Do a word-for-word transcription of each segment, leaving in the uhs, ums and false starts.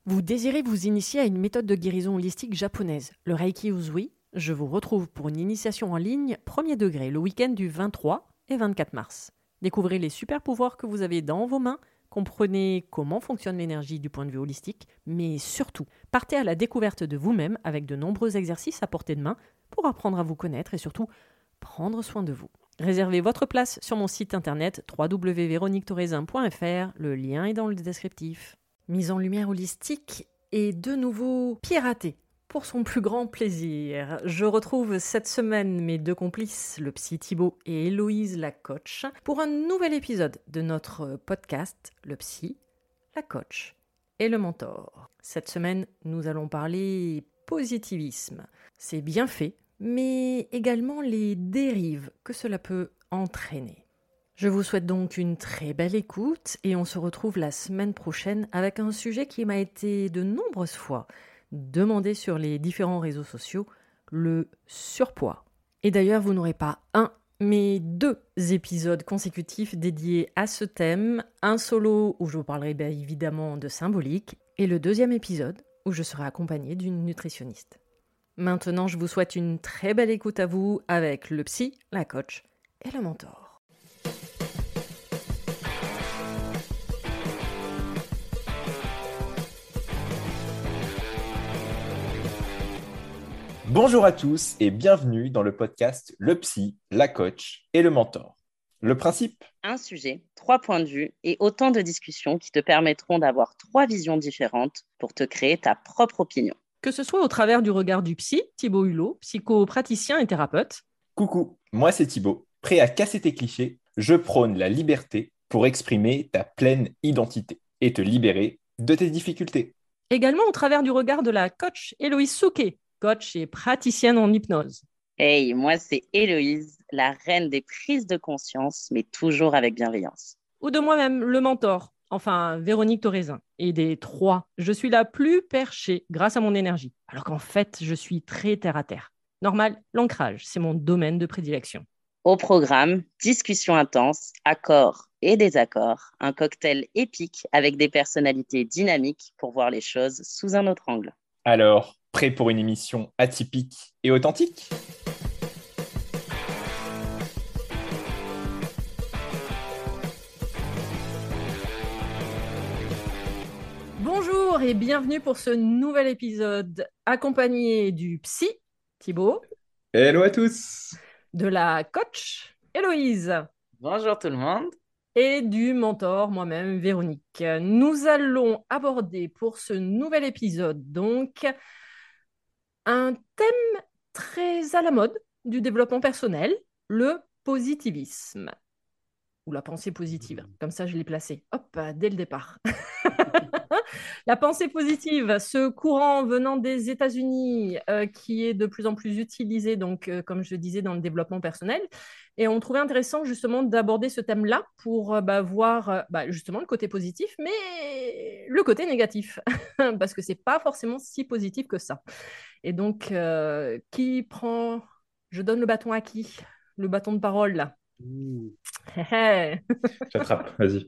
Vous désirez vous initier à une méthode de guérison holistique japonaise, le Reiki Usui? Je vous retrouve pour une initiation en ligne premier degré le week-end du vingt-trois et vingt-quatre mars. Découvrez les super pouvoirs que vous avez dans vos mains, comprenez comment fonctionne l'énergie du point de vue holistique, mais surtout, partez à la découverte de vous-même avec de nombreux exercices à portée de main pour apprendre à vous connaître et surtout prendre soin de vous. Réservez votre place sur mon site internet w w w point véronique thorezin point f r, le lien est dans le descriptif. Mise en lumière holistique et de nouveau piraté pour son plus grand plaisir. Je retrouve cette semaine mes deux complices, le psy Thibaut et Héloïse la coach, pour un nouvel épisode de notre podcast, le psy, la coach et le mentor. Cette semaine, nous allons parler positivisme. C'est bien fait, mais également les dérives que cela peut entraîner. Je vous souhaite donc une très belle écoute et on se retrouve la semaine prochaine avec un sujet qui m'a été de nombreuses fois demandé sur les différents réseaux sociaux, le surpoids. Et d'ailleurs, vous n'aurez pas un, mais deux épisodes consécutifs dédiés à ce thème, un solo où je vous parlerai bien évidemment de symbolique et le deuxième épisode où je serai accompagnée d'une nutritionniste. Maintenant, je vous souhaite une très belle écoute à vous avec le psy, la coach et le mentor. Bonjour à tous et bienvenue dans le podcast Le Psy, la Coach et le Mentor. Le principe ? Un sujet, trois points de vue et autant de discussions qui te permettront d'avoir trois visions différentes pour te créer ta propre opinion. Que ce soit au travers du regard du psy, Thibaut Hulot, psychopraticien et thérapeute. Coucou, moi c'est Thibaut. Prêt à casser tes clichés, je prône la liberté pour exprimer ta pleine identité et te libérer de tes difficultés. Également au travers du regard de la coach Héloïse Souquet, coach et praticienne en hypnose. Hey, moi c'est Héloïse, la reine des prises de conscience, mais toujours avec bienveillance. Ou de moi-même, le mentor, enfin Véronique Thorezin. Et des trois, je suis la plus perchée grâce à mon énergie, alors qu'en fait, je suis très terre-à-terre. Normal, l'ancrage, c'est mon domaine de prédilection. Au programme, discussions intenses, accords et désaccords, un cocktail épique avec des personnalités dynamiques pour voir les choses sous un autre angle. Alors, prêt pour une émission atypique et authentique ? Bonjour et bienvenue pour ce nouvel épisode accompagné du psy, Thibaut. Hello à tous. De la coach, Héloïse. Bonjour tout le monde. Et du mentor, moi-même, Véronique. Nous allons aborder pour ce nouvel épisode, donc, un thème très à la mode du développement personnel, le positivisme. Ou la pensée positive, comme ça je l'ai placé, hop, dès le départ. La pensée positive, ce courant venant des États-Unis euh, qui est de plus en plus utilisé, donc, euh, comme je disais, dans le développement personnel. Et on trouvait intéressant justement d'aborder ce thème-là pour euh, bah, voir euh, bah, justement le côté positif, mais le côté négatif, parce que c'est pas forcément si positif que ça. Et donc, euh, qui prend... Je donne le bâton à qui? Le bâton de parole, là. Ouh. Hey. J'attrape, vas-y.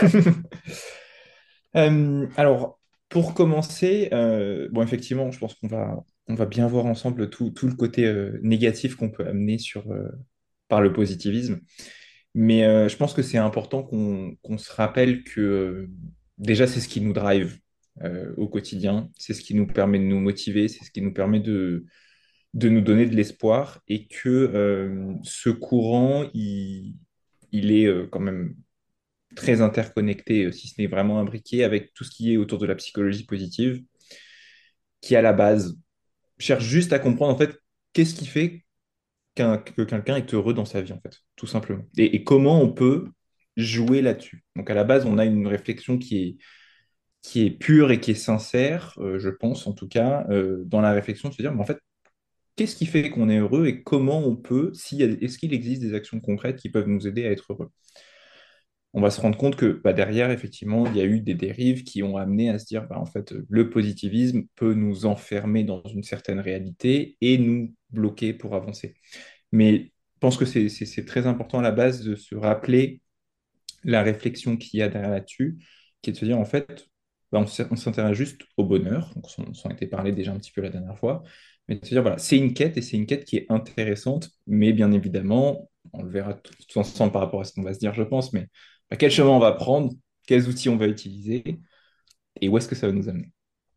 Euh, alors, pour commencer, euh, bon, effectivement, je pense qu'on va, on va bien voir ensemble tout, tout le côté euh, négatif qu'on peut amener sur, euh, par le positivisme. Mais euh, je pense que c'est important qu'on qu'on se rappelle que euh, déjà, c'est ce qui nous drive euh, au quotidien, c'est ce qui nous permet de nous motiver, c'est ce qui nous permet de, de nous donner de l'espoir et que euh, ce courant, il, il est euh, quand même très interconnecté, euh, si ce n'est vraiment imbriqué avec tout ce qui est autour de la psychologie positive, qui à la base cherche juste à comprendre en fait qu'est-ce qui fait qu'un- que quelqu'un est heureux dans sa vie en fait, tout simplement. Et, et comment on peut jouer là-dessus. Donc à la base, on a une réflexion qui est qui est pure et qui est sincère, euh, je pense en tout cas, euh, dans la réflexion de se dire, mais en fait, qu'est-ce qui fait qu'on est heureux et comment on peut, s'il y a- est-ce qu'il existe des actions concrètes qui peuvent nous aider à être heureux? On va se rendre compte que bah, derrière, effectivement, il y a eu des dérives qui ont amené à se dire, bah, en fait, le positivisme peut nous enfermer dans une certaine réalité et nous bloquer pour avancer. Mais je pense que c'est c'est- c'est très important à la base de se rappeler la réflexion qu'il y a derrière là-dessus, qui est de se dire, en fait, bah, on s- on s'intéresse juste au bonheur, donc on s'en était parlé déjà un petit peu la dernière fois, mais de se dire, voilà, c'est une quête et c'est une quête qui est intéressante, mais bien évidemment, on le verra tout, tout ensemble par rapport à ce qu'on va se dire, je pense, mais bah, quel chemin on va prendre, quels outils on va utiliser et où est-ce que ça va nous amener.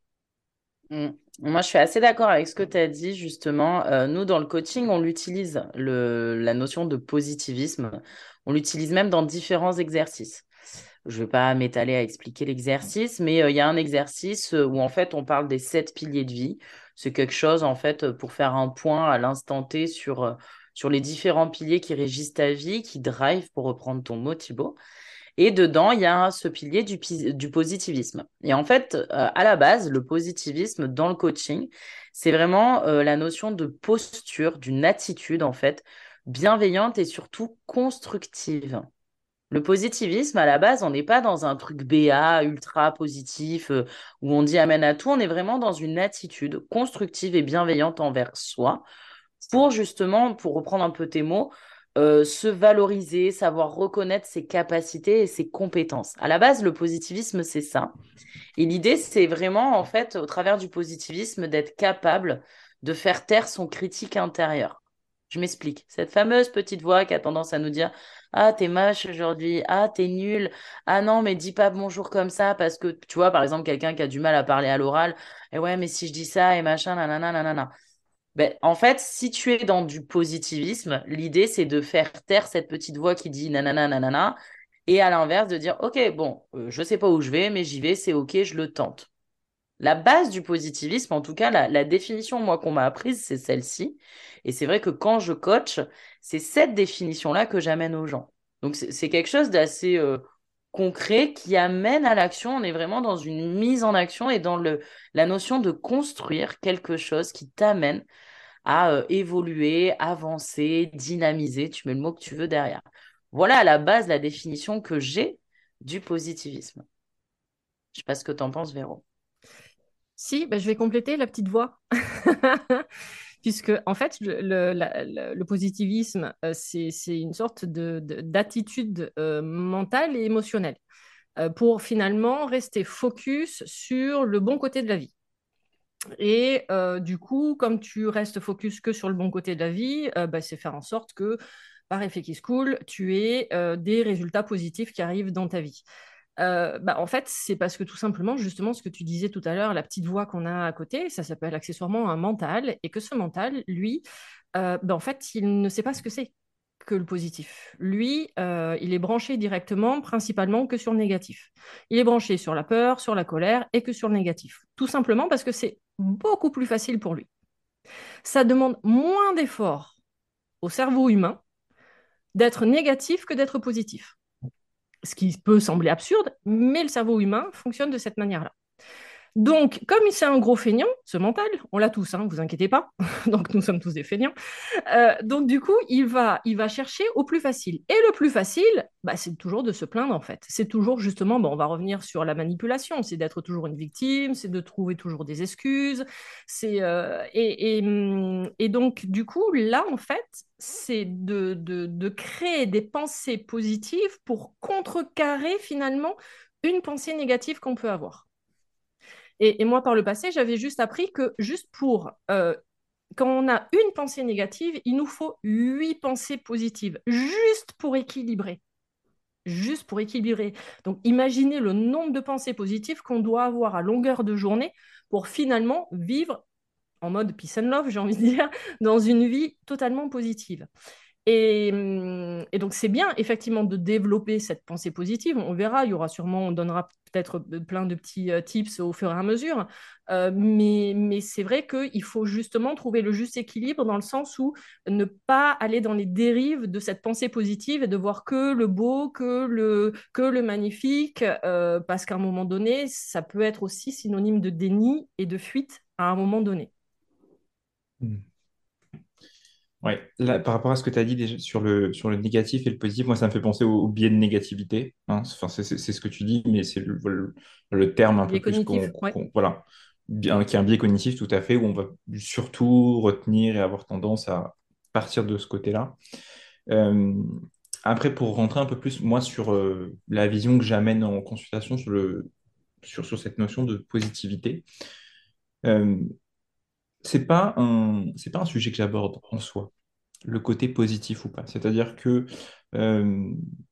Mm. Moi, je suis assez d'accord avec ce que tu as dit, justement. Euh, nous, dans le coaching, on l'utilise, le, la notion de positivisme. On l'utilise même dans différents exercices. Je ne vais pas m'étaler à expliquer l'exercice, mais euh, il y a un exercice euh, où, en fait, on parle des sept piliers de vie. C'est quelque chose, en fait, euh, pour faire un point à l'instant T sur, euh, sur les différents piliers qui régissent ta vie, qui drive, pour reprendre ton mot, Thibaut. Et dedans, il y a ce pilier du, pi- du positivisme. Et en fait, euh, à la base, le positivisme dans le coaching, c'est vraiment euh, la notion de posture, d'une attitude, en fait, bienveillante et surtout constructive. Le positivisme, à la base, on n'est pas dans un truc B A, ultra positif, euh, où on dit amène à tout, on est vraiment dans une attitude constructive et bienveillante envers soi, pour justement, pour reprendre un peu tes mots, euh, se valoriser, savoir reconnaître ses capacités et ses compétences. À la base, le positivisme, c'est ça. Et l'idée, c'est vraiment, en fait, au travers du positivisme, d'être capable de faire taire son critique intérieur. Je m'explique. Cette fameuse petite voix qui a tendance à nous dire, ah, t'es moche aujourd'hui, ah, t'es nul, ah non, mais dis pas bonjour comme ça parce que, tu vois, par exemple, quelqu'un qui a du mal à parler à l'oral, et ouais, mais si je dis ça et machin, nanana, nanana. Ben, en fait, si tu es dans du positivisme, l'idée, c'est de faire taire cette petite voix qui dit nanana, nanana, et à l'inverse, de dire, OK, bon, euh, je sais pas où je vais, mais j'y vais, c'est OK, je le tente. La base du positivisme, en tout cas, la, la définition, moi, qu'on m'a apprise, c'est celle-ci. Et c'est vrai que quand je coach, c'est cette définition-là que j'amène aux gens. Donc, c'est c'est quelque chose d'assez euh, concret qui amène à l'action. On est vraiment dans une mise en action et dans le, la notion de construire quelque chose qui t'amène à euh, évoluer, avancer, dynamiser, tu mets le mot que tu veux derrière. Voilà à la base la définition que j'ai du positivisme. Je sais pas ce que tu en penses, Véro. Si, ben, je vais compléter la petite voix. Puisque, en fait, le, le- la- le- le positivisme, euh, c'est, c'est une sorte de, de- d'attitude euh, mentale et émotionnelle euh, pour finalement rester focus sur le bon côté de la vie. Et euh, du coup, comme tu restes focus que sur le bon côté de la vie, euh, bah, c'est faire en sorte que, par effet qui se coule, tu aies euh, des résultats positifs qui arrivent dans ta vie. Euh, bah, en fait, c'est parce que tout simplement, justement, ce que tu disais tout à l'heure, la petite voix qu'on a à côté, ça s'appelle accessoirement un mental, et que ce mental, lui, euh, bah, en fait, il ne sait pas ce que c'est que le positif. Lui, euh, il est branché directement, principalement que sur le négatif. Il est branché sur la peur, sur la colère et que sur le négatif. Tout simplement parce que c'est beaucoup plus facile pour lui. Ça demande moins d'efforts au cerveau humain d'être négatif que d'être positif. Ce qui peut sembler absurde, mais le cerveau humain fonctionne de cette manière-là. Donc, comme c'est un gros feignant, ce mental, on l'a tous, hein, vous inquiétez pas, donc nous sommes tous des feignants, euh, donc du coup, il va, il va chercher au plus facile. Et le plus facile, bah, c'est toujours de se plaindre en fait. C'est toujours justement, bon, on va revenir sur la manipulation, c'est d'être toujours une victime, c'est de trouver toujours des excuses, c'est euh, et, et, hum, et donc du coup, là en fait, c'est de, de, de créer des pensées positives pour contrecarrer finalement une pensée négative qu'on peut avoir. Et, et, moi, par le passé, j'avais juste appris que juste pour, euh, quand on a une pensée négative, il nous faut huit pensées positives, juste pour équilibrer. Juste pour équilibrer. Donc, imaginez le nombre de pensées positives qu'on doit avoir à longueur de journée pour finalement vivre en mode peace and love, j'ai envie de dire, dans une vie totalement positive. Et, hum, et, donc, c'est bien, effectivement, de développer cette pensée positive. On verra, il y aura sûrement, on donnera peut-être plein de petits euh, tips au fur et à mesure. Euh, mais mais c'est vrai qu'il faut justement trouver le juste équilibre dans le sens où ne pas aller dans les dérives de cette pensée positive et de voir que le beau, que le, que le magnifique, euh, parce qu'à un moment donné, ça peut être aussi synonyme de déni et de fuite à un moment donné. Hmm. Ouais, là, par rapport à ce que tu as dit déjà sur le, sur le négatif et le positif, moi, ça me fait penser au, au biais de négativité, hein. Enfin, c'est c'est- c'est ce que tu dis, mais c'est le, le- le terme un peu Biais plus qu'on, cognitif, ouais. qu'on- voilà, bien, qui est un biais cognitif tout à fait, où on va surtout retenir et avoir tendance à partir de ce côté-là. Euh, Après, pour rentrer un peu plus, moi, sur euh, la vision que j'amène en consultation sur le, sur, sur cette notion de positivité. Euh, c'est pas un, c'est pas un sujet que j'aborde en soi, le côté positif ou pas. C'est-à-dire que euh,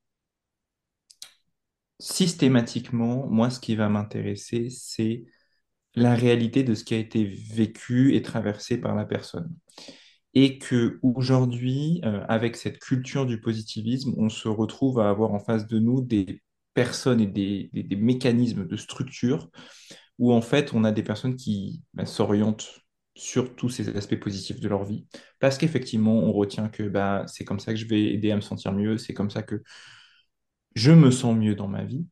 systématiquement, moi, ce qui va m'intéresser, c'est la réalité de ce qui a été vécu et traversé par la personne. Et que aujourd'hui, euh, avec cette culture du positivisme, on se retrouve à avoir en face de nous des personnes et des, des- des mécanismes de structure où en fait on a des personnes qui bah, s'orientent sur tous ces aspects positifs de leur vie, parce qu'effectivement on retient que bah, c'est comme ça que je vais aider à me sentir mieux, c'est comme ça que je me sens mieux dans ma vie,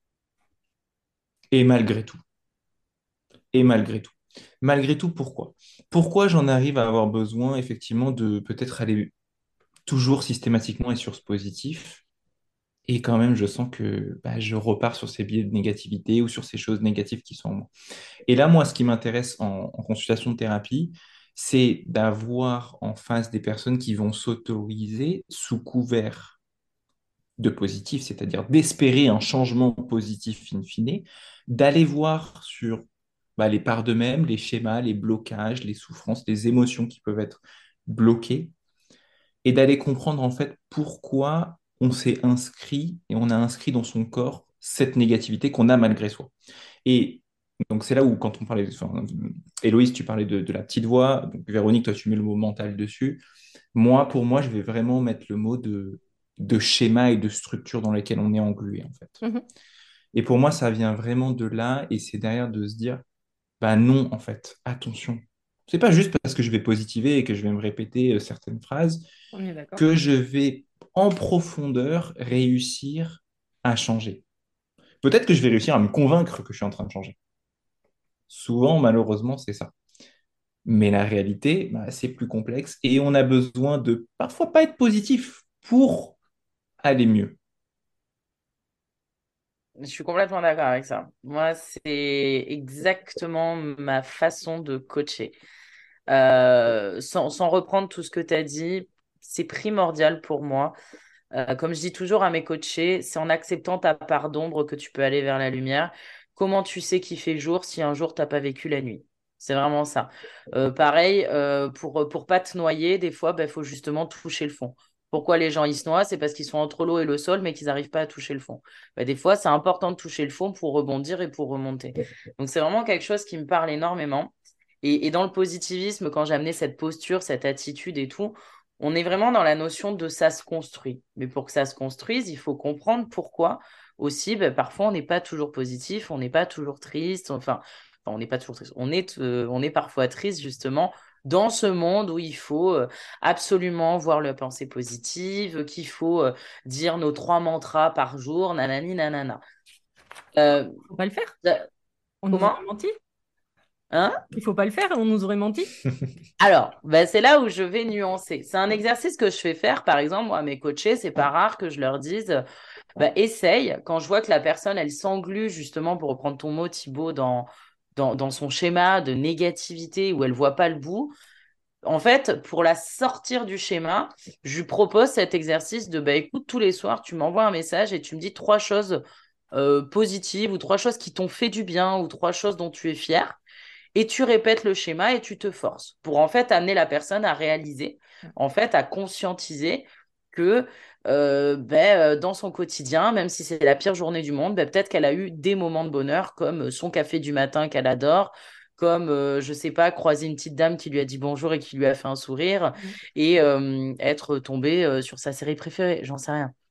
et malgré tout, et malgré tout. Malgré tout, pourquoi? Pourquoi j'en arrive à avoir besoin effectivement de peut-être aller toujours systématiquement et sur ce positif. Et quand même, je sens que bah, je repars sur ces biais de négativité ou sur ces choses négatives qui sont en moi. Et là, moi, ce qui m'intéresse en, en consultation de thérapie, c'est d'avoir en face des personnes qui vont s'autoriser sous couvert de positif, c'est-à-dire d'espérer un changement positif in fine, d'aller voir sur bah, les parts d'eux-mêmes, les schémas, les blocages, les souffrances, les émotions qui peuvent être bloquées et d'aller comprendre en fait pourquoi on s'est inscrit et on a inscrit dans son corps cette négativité qu'on a malgré soi. Et donc c'est là où quand on parlait, enfin, Héloïse, tu parlais de, de la petite voix, donc Véronique, toi tu mets le mot mental dessus. Moi, pour moi, je vais vraiment mettre le mot de, de schéma et de structure dans lesquels on est englué en fait. Mhm. Et pour moi, ça vient vraiment de là et c'est derrière de se dire, bah non, en fait, attention. C'est pas juste parce que je vais positiver et que je vais me répéter euh, certaines phrases On est d'accord. que je vais en profondeur réussir à changer. Peut-être que je vais réussir à me convaincre que je suis en train de changer. Souvent, malheureusement, c'est ça. Mais la réalité, bah, c'est plus complexe et on a besoin de parfois pas être positif pour aller mieux. Je suis complètement d'accord avec ça. Moi, c'est exactement ma façon de coacher. Euh, sans, sans reprendre tout ce que tu as dit, c'est primordial pour moi. Euh, comme je dis toujours à mes coachés, c'est en acceptant ta part d'ombre que tu peux aller vers la lumière. Comment tu sais qu'il fait jour si un jour tu n'as pas vécu la nuit? C'est vraiment ça. Euh, pareil, euh, pour pour pas te noyer, des fois, il faut justement toucher le fond. Pourquoi les gens ils se noient? C'est parce qu'ils sont entre l'eau et le sol, mais qu'ils n'arrivent pas à toucher le fond. Bah, des fois, c'est important de toucher le fond pour rebondir et pour remonter. Donc, c'est vraiment quelque chose qui me parle énormément. Et, et dans le positivisme, quand j'ai amené cette posture, cette attitude et tout, on est vraiment dans la notion de ça se construit. Mais pour que ça se construise, il faut comprendre pourquoi aussi, ben, parfois, on n'est pas toujours positif, on n'est pas toujours triste. Enfin, enfin, on n'est pas toujours triste. On est, euh, on est parfois triste, justement, dans ce monde où il faut euh, absolument voir la pensée positive, qu'il faut euh, dire nos trois mantras par jour, nanani, nanana. Euh, Faut pas le faire. euh, On nous comment? aurait menti. Hein? Il faut pas le faire, on nous aurait menti. Alors, ben, c'est là où je vais nuancer. C'est un exercice que je fais faire, par exemple, moi, à mes coachés, c'est pas rare que je leur dise, ben, essaye, quand je vois que la personne, elle s'englue, justement, pour reprendre ton mot, Thibaut, dans, dans, dans son schéma de négativité où elle voit pas le bout. En fait, pour la sortir du schéma, je lui propose cet exercice de, bah, écoute, tous les soirs, tu m'envoies un message et tu me dis trois choses euh, positives ou trois choses qui t'ont fait du bien ou trois choses dont tu es fier. Et tu répètes le schéma et tu te forces pour en fait amener la personne à réaliser, en fait, à conscientiser que euh, ben, euh, dans son quotidien, même si c'est la pire journée du monde, ben, peut-être qu'elle a eu des moments de bonheur comme son café du matin qu'elle adore, comme, euh, je sais pas, croiser une petite dame qui lui a dit bonjour et qui lui a fait un sourire, Mhm. et euh, être tombée euh, sur sa série préférée, j'en sais rien.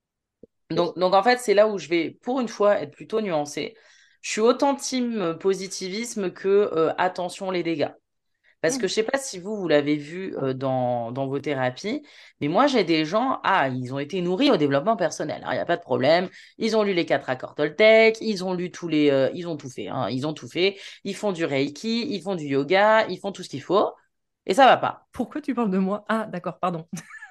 Donc, donc en fait, c'est là où je vais, pour une fois, être plutôt nuancée. Je suis autant team positivisme que euh, attention les dégâts. Parce que Mhm. je sais pas si vous, vous l'avez vu euh, dans, dans vos thérapies, mais moi, j'ai des gens, ah, ils ont été nourris au développement personnel. Alors, il n'y a pas de problème. Ils ont lu les quatre accords Toltec, ils ont lu tous les, euh, ils ont tout fait, hein, ils ont tout fait. Ils font du Reiki, ils font du yoga, ils font tout ce qu'il faut. Et ça va pas. Pourquoi tu parles de moi? Ah, d'accord, pardon.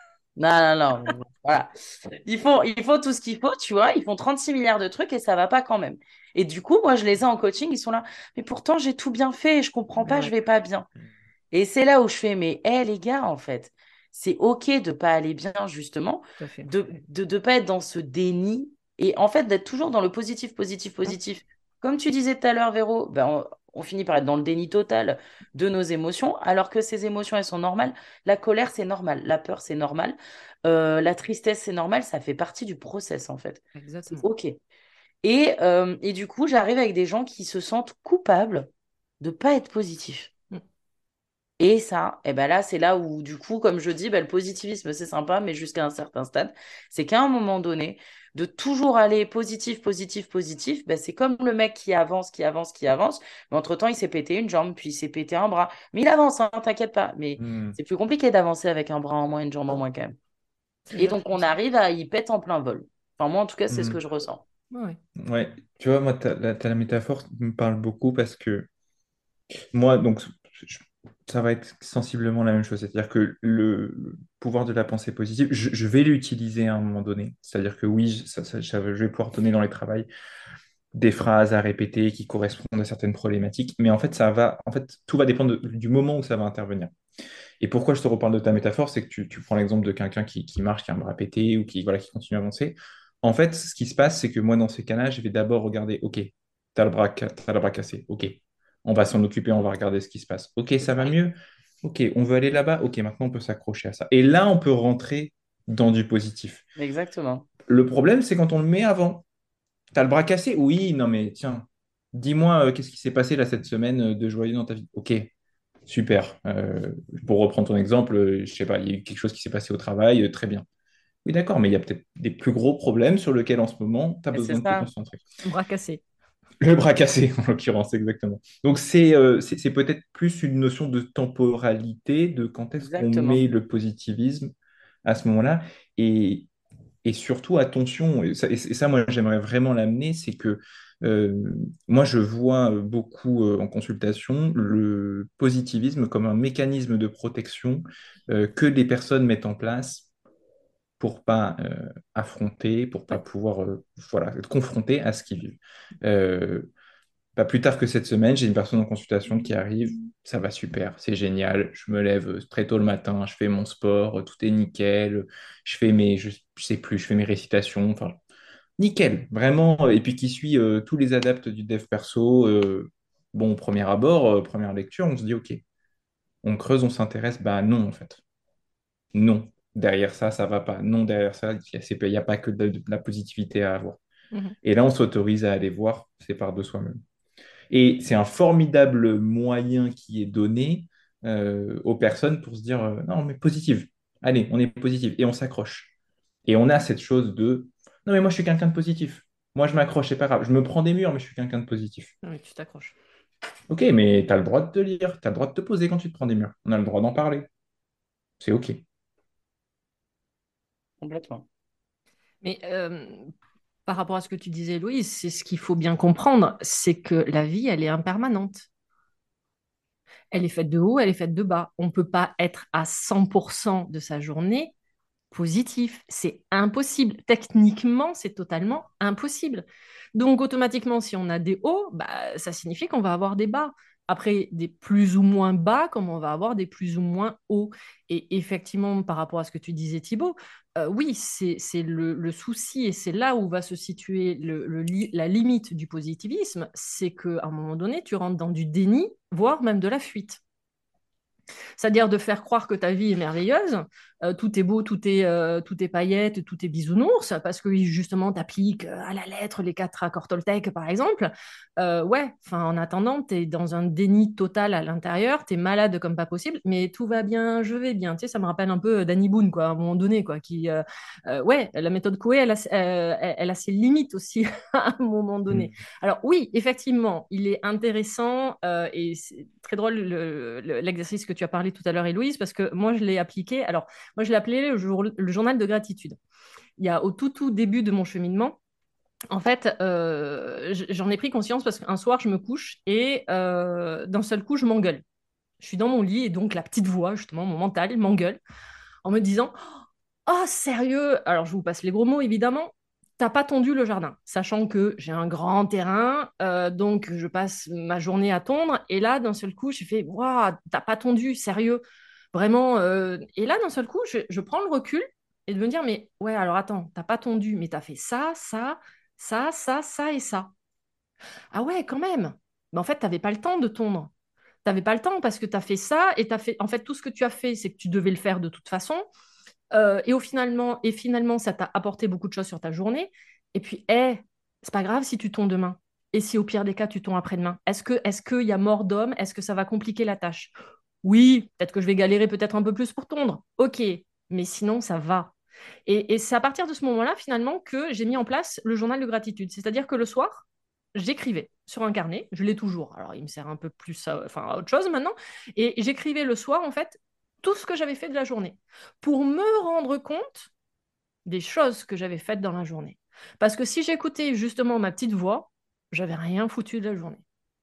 Non, non, non. Voilà. Ils font, ils font tout ce qu'il faut, tu vois. Ils font trente-six milliards de trucs et ça va pas quand même. Et du coup, moi, je les ai en coaching, ils sont là. Mais pourtant, j'ai tout bien fait et je comprends Mais pas, je ouais, vais pas bien. Et c'est là où je fais, mais hé, les gars, en fait, c'est OK de pas aller bien, justement, tout à fait. de de, de pas être dans ce déni et en fait d'être toujours dans le positif, positif, Mhm. positif. Comme tu disais tout à l'heure, Véro, ben, on, on finit par être dans le déni total de nos émotions, alors que ces émotions, elles sont normales. La colère, c'est normal. La peur, c'est normal. Euh, la tristesse, c'est normal. Ça fait partie du process, en fait. C'est Exactement. OK. Et, euh, et du coup, j'arrive avec des gens qui se sentent coupables de pas être positifs. Mm. Et ça, et ben là, c'est là où, du coup, comme je dis, ben, le positivisme, c'est sympa, mais jusqu'à un certain stade. C'est qu'à un moment donné, de toujours aller positif, positif, positif, ben, c'est comme le mec qui avance, qui avance, qui avance. Mais entre-temps, il s'est pété une jambe, puis il s'est pété un bras. Mais il avance, hein, t'inquiète pas. Mais Hmm. c'est plus compliqué d'avancer avec un bras en moins, une jambe en moins quand même. C'est Et donc, exactement on ça. arrive à y pète en plein vol. Enfin, moi, en tout cas, c'est ce Hmm. que je ressens. Ouais, ouais. Ouais, tu vois, moi, ta, la, ta- la métaphore me parle beaucoup parce que moi, donc, je- ça va être sensiblement la même chose. C'est-à-dire que le, le pouvoir de la pensée positive, je, je vais l'utiliser à un moment donné. C'est-à-dire que oui, je- ça, ça- ça- je vais pouvoir donner dans les travails des phrases à répéter qui correspondent à certaines problématiques. Mais en fait, ça va, en fait, tout va dépendre de- du moment où ça va intervenir. Et pourquoi je te reparle de ta métaphore, c'est que tu, tu prends l'exemple de quelqu'un qui, qui marche, qui a un bras pété ou qui, voilà, qui continue à avancer. En fait, ce qui se passe, c'est que moi, dans ces cas-là, je vais d'abord regarder, OK, t'as le bras, ca- t'as le bras cassé, OK, on va s'en occuper, on va regarder ce qui se passe. OK, ça va mieux, OK, on veut aller là-bas, OK, maintenant on peut s'accrocher à ça. Et là, on peut rentrer dans du positif. Exactement. Le problème, c'est quand on le met avant. T'as le bras cassé? Oui, non mais tiens, dis-moi euh, qu'est-ce qui s'est passé là cette semaine euh, de joyeux dans ta vie? OK, super. Euh, pour reprendre ton exemple, euh, je sais pas, il y a eu quelque chose qui s'est passé au travail, euh, très bien. Oui, d'accord, mais il y a peut-être des plus gros problèmes sur lesquels en ce moment, tu as Et c'est besoin de te ça. concentrer. Bras cassé. Le bras cassé, en l'occurrence, exactement. Donc, c'est euh, c'est c'est peut-être plus une notion de temporalité, de quand est-ce qu'on Exactement. met le positivisme à ce moment-là. Et, et surtout, attention, et ça, et ça, moi, j'aimerais vraiment l'amener, c'est que euh, moi, je vois beaucoup euh, en consultation le positivisme comme un mécanisme de protection euh, que les personnes mettent en place pour pas euh, affronter, pour pas Ouais. pouvoir euh, voilà, être confronté à ce qu'ils vivent. Euh, pas plus tard que cette semaine, j'ai une personne en consultation qui arrive, ça va super, c'est génial, je me lève très tôt le matin, je fais mon sport, tout est nickel, je fais mes, je, je sais plus, je fais mes récitations, enfin, nickel, vraiment, et puis qui suit euh, tous les adeptes du dev perso, euh, bon, au premier abord, euh, première lecture, on se dit, ok, on creuse, on s'intéresse, bah non, en fait, non, derrière ça, ça va pas, non, derrière ça, il n'y a, a pas que de, de la positivité à avoir. Mhm. Et là, on s'autorise à aller voir, c'est par de soi-même. Et c'est un formidable moyen qui est donné euh, aux personnes pour se dire euh, non, mais positive. Allez, on est positif et on s'accroche. Et on a cette chose de non, mais moi je suis quelqu'un de positif. Moi je m'accroche, c'est pas grave. Je me prends des murs, mais je suis quelqu'un de positif. Oui, tu t'accroches. Ok, mais tu as le droit de te lire, tu as le droit de te poser quand tu te prends des murs. On a le droit d'en parler. C'est ok. Complètement. Mais euh, par rapport à ce que tu disais, Louise, c'est ce qu'il faut bien comprendre, c'est que la vie, elle est impermanente. Elle est faite de haut, elle est faite de bas. On ne peut pas être à cent pour cent de sa journée positif. C'est impossible. Techniquement, c'est totalement impossible. Donc, automatiquement, si on a des hauts, bah, ça signifie qu'on va avoir des bas. Après, des plus ou moins bas, comme on va avoir des plus ou moins hauts. Et effectivement, par rapport à ce que tu disais, Thibaut, euh, oui, c'est c'est le, le souci et c'est là où va se situer le, le li- la limite du positivisme, c'est qu'à un moment donné, tu rentres dans du déni, voire même de la fuite. C'est-à-dire de faire croire que ta vie est merveilleuse, euh, tout est beau, tout est, euh, tout est paillettes, tout est bisounours, parce que justement, tu appliques à la lettre les quatre accords Toltec, par exemple. Euh, ouais, enfin, en attendant, tu es dans un déni total à l'intérieur, tu es malade comme pas possible, mais tout va bien, je vais bien. Tu sais, ça me rappelle un peu Danny Boone, quoi, à un moment donné, quoi, qui, euh, euh, ouais, la méthode Coué, elle a, euh, elle, elle a ses limites aussi à un moment donné. Mm. Alors oui, effectivement, il est intéressant euh, et c'est très drôle le- le- l'exercice que tu as parlé tout à l'heure, Héloïse, parce que moi je l'ai appliqué. Alors moi je l'ai appelé le, jour- le journal de gratitude. Il y a au tout tout début de mon cheminement. En fait, euh, j- j'en ai pris conscience parce qu'un soir je me couche et euh, d'un seul coup je m'engueule. Je suis dans mon lit et donc la petite voix, justement, mon mental, m'engueule en me disant oh, sérieux? Alors, je vous passe les gros mots, évidemment. T'as pas tondu le jardin, sachant que j'ai un grand terrain, euh, donc je passe ma journée à tondre. Et là, d'un seul coup, j'ai fait, waouh, t'as pas tondu, sérieux, vraiment. euh. Et là, d'un seul coup, je, je prends le recul et de me dire, mais ouais, alors attends, t'as pas tondu, mais t'as fait ça, ça, ça, ça, ça et ça. Ah ouais, quand même. Mais en fait, tu n'avais pas le temps de tondre. Tu n'avais pas le temps parce que tu as fait ça et tu as fait. En fait, tout ce que tu as fait, c'est que tu devais le faire de toute façon. Euh, et, au finalement, et finalement, ça t'a apporté beaucoup de choses sur ta journée. Et puis, hé, c'est pas grave si tu tonds demain. Et si au pire des cas, tu tonds après-demain. Est-ce que, est-ce qu'il y a mort d'homme? Est-ce que ça va compliquer la tâche? Oui, peut-être que je vais galérer peut-être un peu plus pour tondre. Ok, mais sinon, ça va. Et, et c'est à partir de ce moment-là, finalement, que j'ai mis en place le journal de gratitude. C'est-à-dire que le soir, j'écrivais sur un carnet, je l'ai toujours. Alors, il me sert un peu plus à, enfin, à autre chose maintenant. Et j'écrivais le soir, en fait, tout ce que j'avais fait de la journée pour me rendre compte des choses que j'avais faites dans la journée. Parce que si j'écoutais justement ma petite voix, j'avais rien foutu de la journée.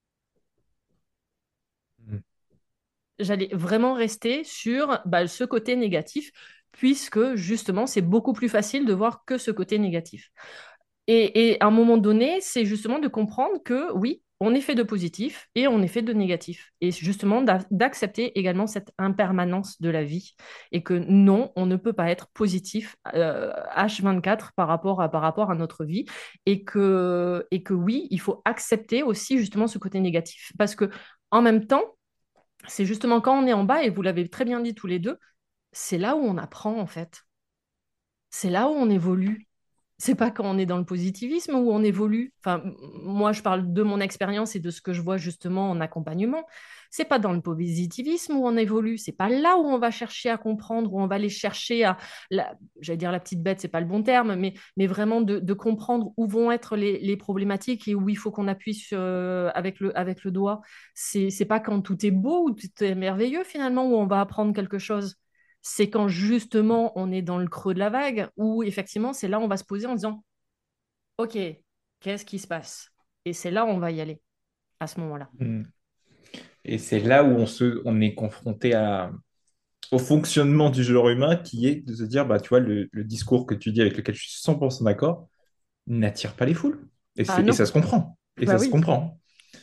Mhm. J'allais vraiment rester sur bah, ce côté négatif, puisque justement, c'est beaucoup plus facile de voir que ce côté négatif. Et, et à un moment donné, c'est justement de comprendre que oui, on est fait de positif et on est fait de négatif. Et justement d'a- d'accepter également cette impermanence de la vie. Et que non, on ne peut pas être positif euh, H vingt-quatre par rapport à, par rapport à notre vie. Et que, et que oui, il faut accepter aussi justement ce côté négatif. Parce que en même temps, c'est justement quand on est en bas, et vous l'avez très bien dit tous les deux, c'est là où on apprend en fait. C'est là où on évolue. C'est pas quand on est dans le positivisme où on évolue. Enfin, m- moi, je parle de mon expérience et de ce que je vois justement en accompagnement. C'est pas dans le positivisme où on évolue. C'est pas là où on va chercher à comprendre, où on va aller chercher à, la- j'allais dire la petite bête, c'est pas le bon terme, mais, mais vraiment de, de comprendre où vont être les, les problématiques et où il faut qu'on appuie sur, euh, avec le, avec le doigt. C'est, c'est pas quand tout est beau ou tout est merveilleux finalement où on va apprendre quelque chose. C'est quand justement on est dans le creux de la vague où effectivement c'est là où on va se poser en disant OK, qu'est-ce qui se passe? Et c'est là où on va y aller à ce moment-là. Mhm. Et c'est là où on, se, on est confronté à, au fonctionnement du genre humain qui est de se dire, bah, tu vois, le, le discours que tu dis avec lequel je suis cent pour cent d'accord n'attire pas les foules. Et, Ah c'est- et non, ça se comprend. Et bah ça se oui. comprend.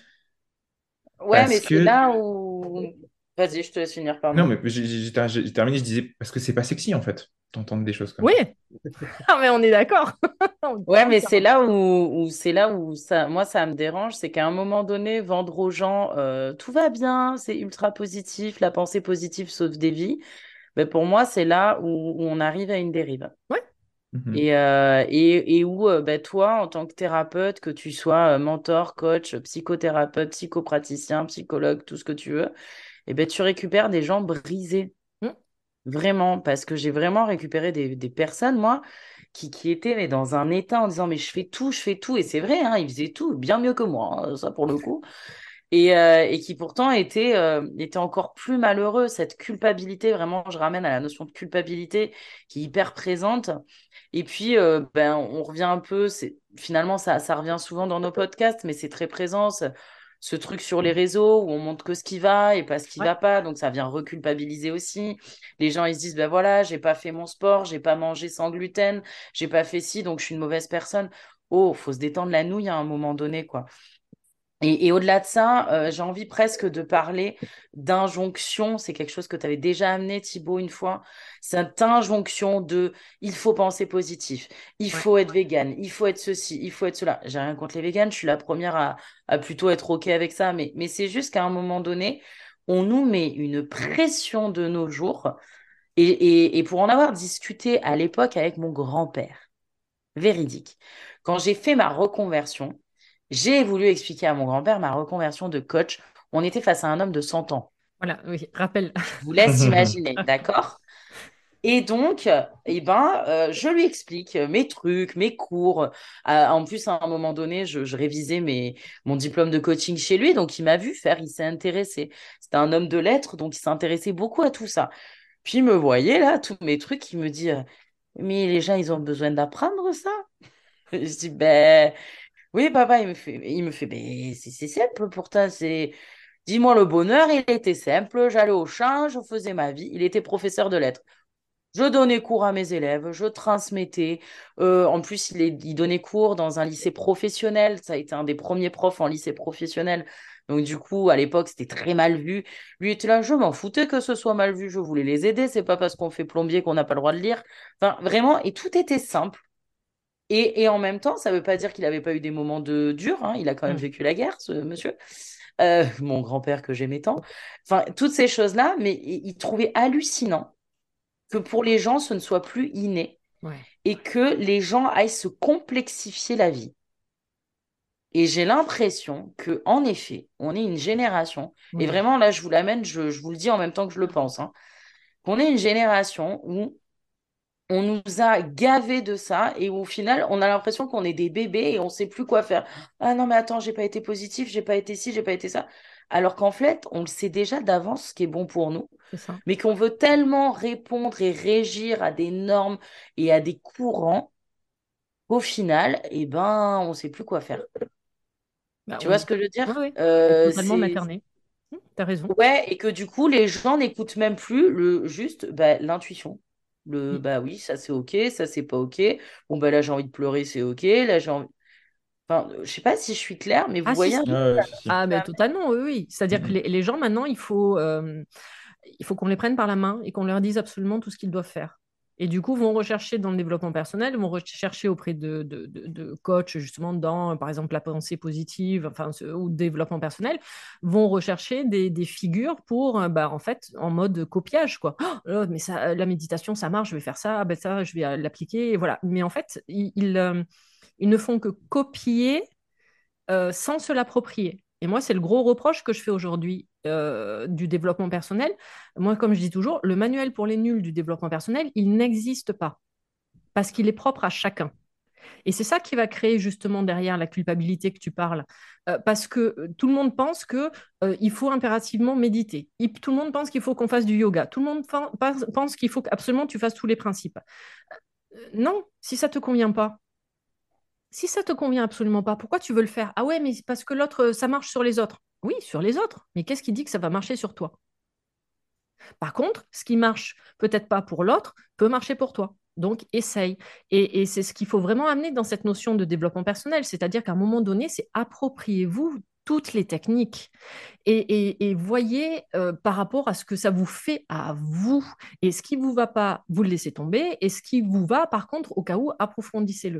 Ouais, mais Parce c'est que, là où... Vas-y, je te laisse finir, non, pardon. mais j'ai j'ai- j'ai- j'ai terminé, je disais, parce que c'est pas sexy, en fait, d'entendre des choses comme Oui, ça. ah, mais on est d'accord. On est Ouais, mais c'est entièrement- là où, où c'est là où ça, moi, ça me dérange, c'est qu'à un moment donné, vendre aux gens, euh, tout va bien, c'est ultra positif, la pensée positive sauve des vies. Mais pour moi, c'est là où, où on arrive à une dérive. Ouais, Mhm. Et, euh, et, et où euh, ben, toi, en tant que thérapeute, que tu sois euh, mentor, coach, psychothérapeute, psychopraticien, psychologue, tout ce que tu veux, et ben, tu récupères des gens brisés. mm, Vraiment, parce que j'ai vraiment récupéré des, des personnes, moi, qui, qui étaient mais dans un état en disant, mais je fais tout, je fais tout. Et c'est vrai, hein, ils faisaient tout bien mieux que moi, hein, ça pour le coup. Et, euh, et qui pourtant étaient, euh, étaient encore plus malheureux. Cette culpabilité, vraiment, je ramène à la notion de culpabilité qui est hyper présente. Et puis, euh, ben, on revient un peu, c'est, finalement, ça, ça revient souvent dans nos podcasts, mais c'est très présent, ce, ce truc sur les réseaux où on montre que ce qui va et pas ce qui ouais. va pas. Donc, ça vient reculpabiliser aussi. Les gens, ils se disent, ben voilà, j'ai pas fait mon sport, j'ai pas mangé sans gluten, j'ai pas fait ci, donc je suis une mauvaise personne. Oh, faut se détendre la nouille à un moment donné, quoi. Et, et au-delà de ça, euh, j'ai envie presque de parler d'injonction. C'est quelque chose que tu avais déjà amené, Thibaut, une fois. Cette injonction de il faut penser positif, il Ouais. faut être vegan, il faut être ceci, il faut être cela. J'ai rien contre les véganes, je suis la première à, à plutôt être OK avec ça. Mais, mais c'est juste qu'à un moment donné, on nous met une pression de nos jours. Et, et, et pour en avoir discuté à l'époque avec mon grand-père, véridique. Quand j'ai fait ma reconversion, j'ai voulu expliquer à mon grand-père ma reconversion de coach. On était face à un homme de cent ans. Voilà, oui, rappel. Je vous laisse imaginer, d'accord? Et donc, euh, eh ben, euh, je lui explique euh, mes trucs, mes cours. Euh, en plus, à un moment donné, je, je révisais mes, mon diplôme de coaching chez lui, donc il m'a vu faire, il s'est intéressé. C'était un homme de lettres, donc il s'intéressait beaucoup à tout ça. Puis il me voyait là, tous mes trucs, il me dit, euh, mais les gens, ils ont besoin d'apprendre ça. Je dis, ben, oui, papa, il me fait, il me fait, ben, c'est c'est simple pourtant, c'est, dis-moi le bonheur, il était simple, j'allais au champ, je faisais ma vie, il était professeur de lettres. Je donnais cours à mes élèves, je transmettais. Euh, en plus, il, est- il donnait cours dans un lycée professionnel, ça a été un des premiers profs en lycée professionnel. Donc du coup, à l'époque, c'était très mal vu. Lui était là, je m'en foutais que ce soit mal vu, je voulais les aider, c'est pas parce qu'on fait plombier qu'on n'a pas le droit de lire. Enfin, vraiment, et tout était simple. Et, et en même temps, ça ne veut pas dire qu'il n'avait pas eu des moments de durs, hein. Il a quand même Mm. vécu la guerre, ce monsieur. Euh, mon grand-père que j'aimais tant. Enfin, toutes ces choses-là, mais il, il trouvait hallucinant que pour les gens, ce ne soit plus inné Ouais. et que les gens aillent se complexifier la vie. Et j'ai l'impression que, en effet, on est une génération, et Oui. vraiment là, je vous l'amène, je, je vous le dis en même temps que je le pense, hein, qu'on est une génération où on nous a gavés de ça et où, au final, on a l'impression qu'on est des bébés et on ne sait plus quoi faire. Ah non, mais attends, j'ai pas été positif, j'ai pas été ci, j'ai pas été ça. Alors qu'en fait, on le sait déjà d'avance ce qui est bon pour nous, C'est ça. mais qu'on veut tellement répondre et régir à des normes et à des courants qu'au final, eh ben, on ne sait plus quoi faire. Bah, Tu vois on... ce que je veux ouais, dire? ouais. C'est Euh, totalement c'est materné. Mm, T'as raison. Ouais, et que du coup, les gens n'écoutent même plus le juste bah, l'intuition. Le Mm. bah oui, ça c'est ok, ça c'est pas ok. Bon bah là j'ai envie de pleurer, c'est ok. Là j'ai envie. Enfin, euh, je sais pas si je suis claire, mais vous Ah si, voyez un peu si. Ah, ouais, si, si. Ah mais ça. totalement, oui, oui. C'est-à-dire que Mhm. les, les gens maintenant, il faut, euh, il faut qu'on les prenne par la main et qu'on leur dise absolument tout ce qu'ils doivent faire. Et du coup, vont rechercher dans le développement personnel, vont rechercher auprès de, de, de, de coachs, justement, dans, par exemple, la pensée positive, enfin, ce- ou le développement personnel, vont rechercher des, des figures pour, euh, bah, en fait, en mode copiage, quoi. Oh, mais ça, la méditation, ça marche, je vais faire ça, ah, ben ça, je vais euh, l'appliquer, et voilà. Mais en fait, ils, ils, euh, ils ne font que copier euh, sans se l'approprier. Et moi, c'est le gros reproche que je fais aujourd'hui euh, du développement personnel. Moi, comme je dis toujours, le manuel pour les nuls du développement personnel, il n'existe pas parce qu'il est propre à chacun. Et c'est ça qui va créer justement derrière la culpabilité que tu parles. Euh, parce que euh, tout le monde pense que euh, il faut impérativement méditer. Il- tout le monde pense qu'il faut qu'on fasse du yoga. Tout le monde fa- pense, pense qu'il faut absolument tu fasses tous les principes. Euh, non, si ça ne te convient pas, si ça te convient absolument pas, pourquoi tu veux le faire? Ah ouais, mais c'est parce que l'autre, euh, ça marche sur les autres. Oui, sur les autres. Mais qu'est-ce qui dit que ça va marcher sur toi? Par contre, ce qui marche peut-être pas pour l'autre peut marcher pour toi. Donc, essaye. Et, et c'est ce qu'il faut vraiment amener dans cette notion de développement personnel. C'est-à-dire qu'à un moment donné, c'est appropriez-vous toutes les techniques et, et- et voyez euh, par rapport à ce que ça vous fait à vous. Et ce qui vous va pas, vous le laissez tomber. Et ce qui vous va, par contre, au cas où, approfondissez-le.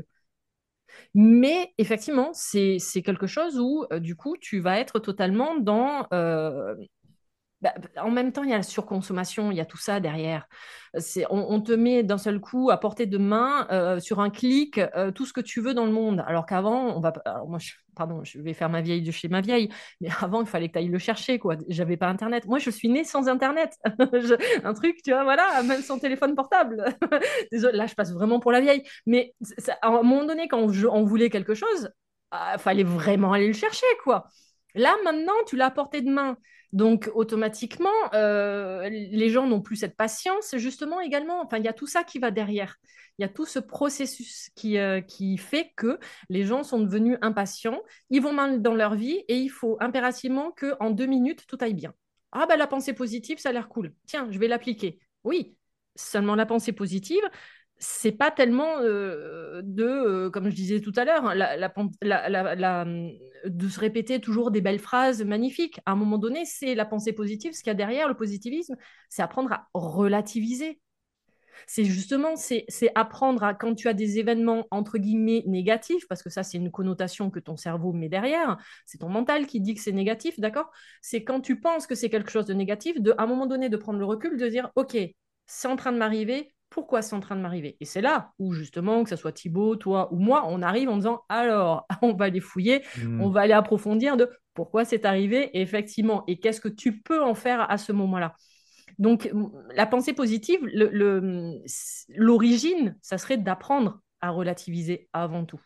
Mais effectivement, c'est c'est quelque chose où, euh, du coup, tu vas être totalement dans... euh, bah, en même temps, il y a la surconsommation, il y a tout ça derrière. C'est, on, on te met d'un seul coup à portée de main, euh, sur un clic, euh, tout ce que tu veux dans le monde. Alors qu'avant, on va... pas- alors moi, je, pardon, je vais faire ma vieille de chez ma vieille, mais avant, il fallait que tu ailles le chercher, quoi. J'avais pas Internet. Moi, je suis née sans Internet. Je- un truc, tu vois, voilà, même sans téléphone portable. Désolée, là, je passe vraiment pour la vieille. Mais ça- à un moment donné, quand je- on voulait quelque chose, il fallait vraiment aller le chercher, quoi. Là, maintenant, tu l'as à portée de main. Donc, automatiquement, euh, les gens n'ont plus cette patience, justement, également. Enfin, il y a tout ça qui va derrière. Il y a tout ce processus qui, euh, qui fait que les gens sont devenus impatients, ils vont mal dans leur vie et il faut impérativement qu'en deux minutes, tout aille bien. Ah, ben la pensée positive, ça a l'air cool. Tiens, je vais l'appliquer. Oui, seulement la pensée positive, c'est pas tellement euh, de, euh, comme je disais tout à l'heure, hein, la, la, la, la, la, de se répéter toujours des belles phrases magnifiques. À un moment donné, c'est la pensée positive. Ce qu'il y a derrière le positivisme, c'est apprendre à relativiser. C'est justement, c'est, c'est apprendre à, quand tu as des événements entre guillemets négatifs, parce que ça, c'est une connotation que ton cerveau met derrière, c'est ton mental qui dit que c'est négatif, d'accord? C'est quand tu penses que c'est quelque chose de négatif, de, à un moment donné, de prendre le recul, de dire, OK, c'est en train de m'arriver, pourquoi c'est en train de m'arriver? Et c'est là où, justement, que ce soit Thibaut, toi ou moi, on arrive en disant, alors, on va aller fouiller, on Mhm. va aller approfondir de pourquoi c'est arrivé, et effectivement, et qu'est-ce que tu peux en faire à ce moment-là. Donc, la pensée positive, le- le- l'origine, ça serait d'apprendre à relativiser avant tout.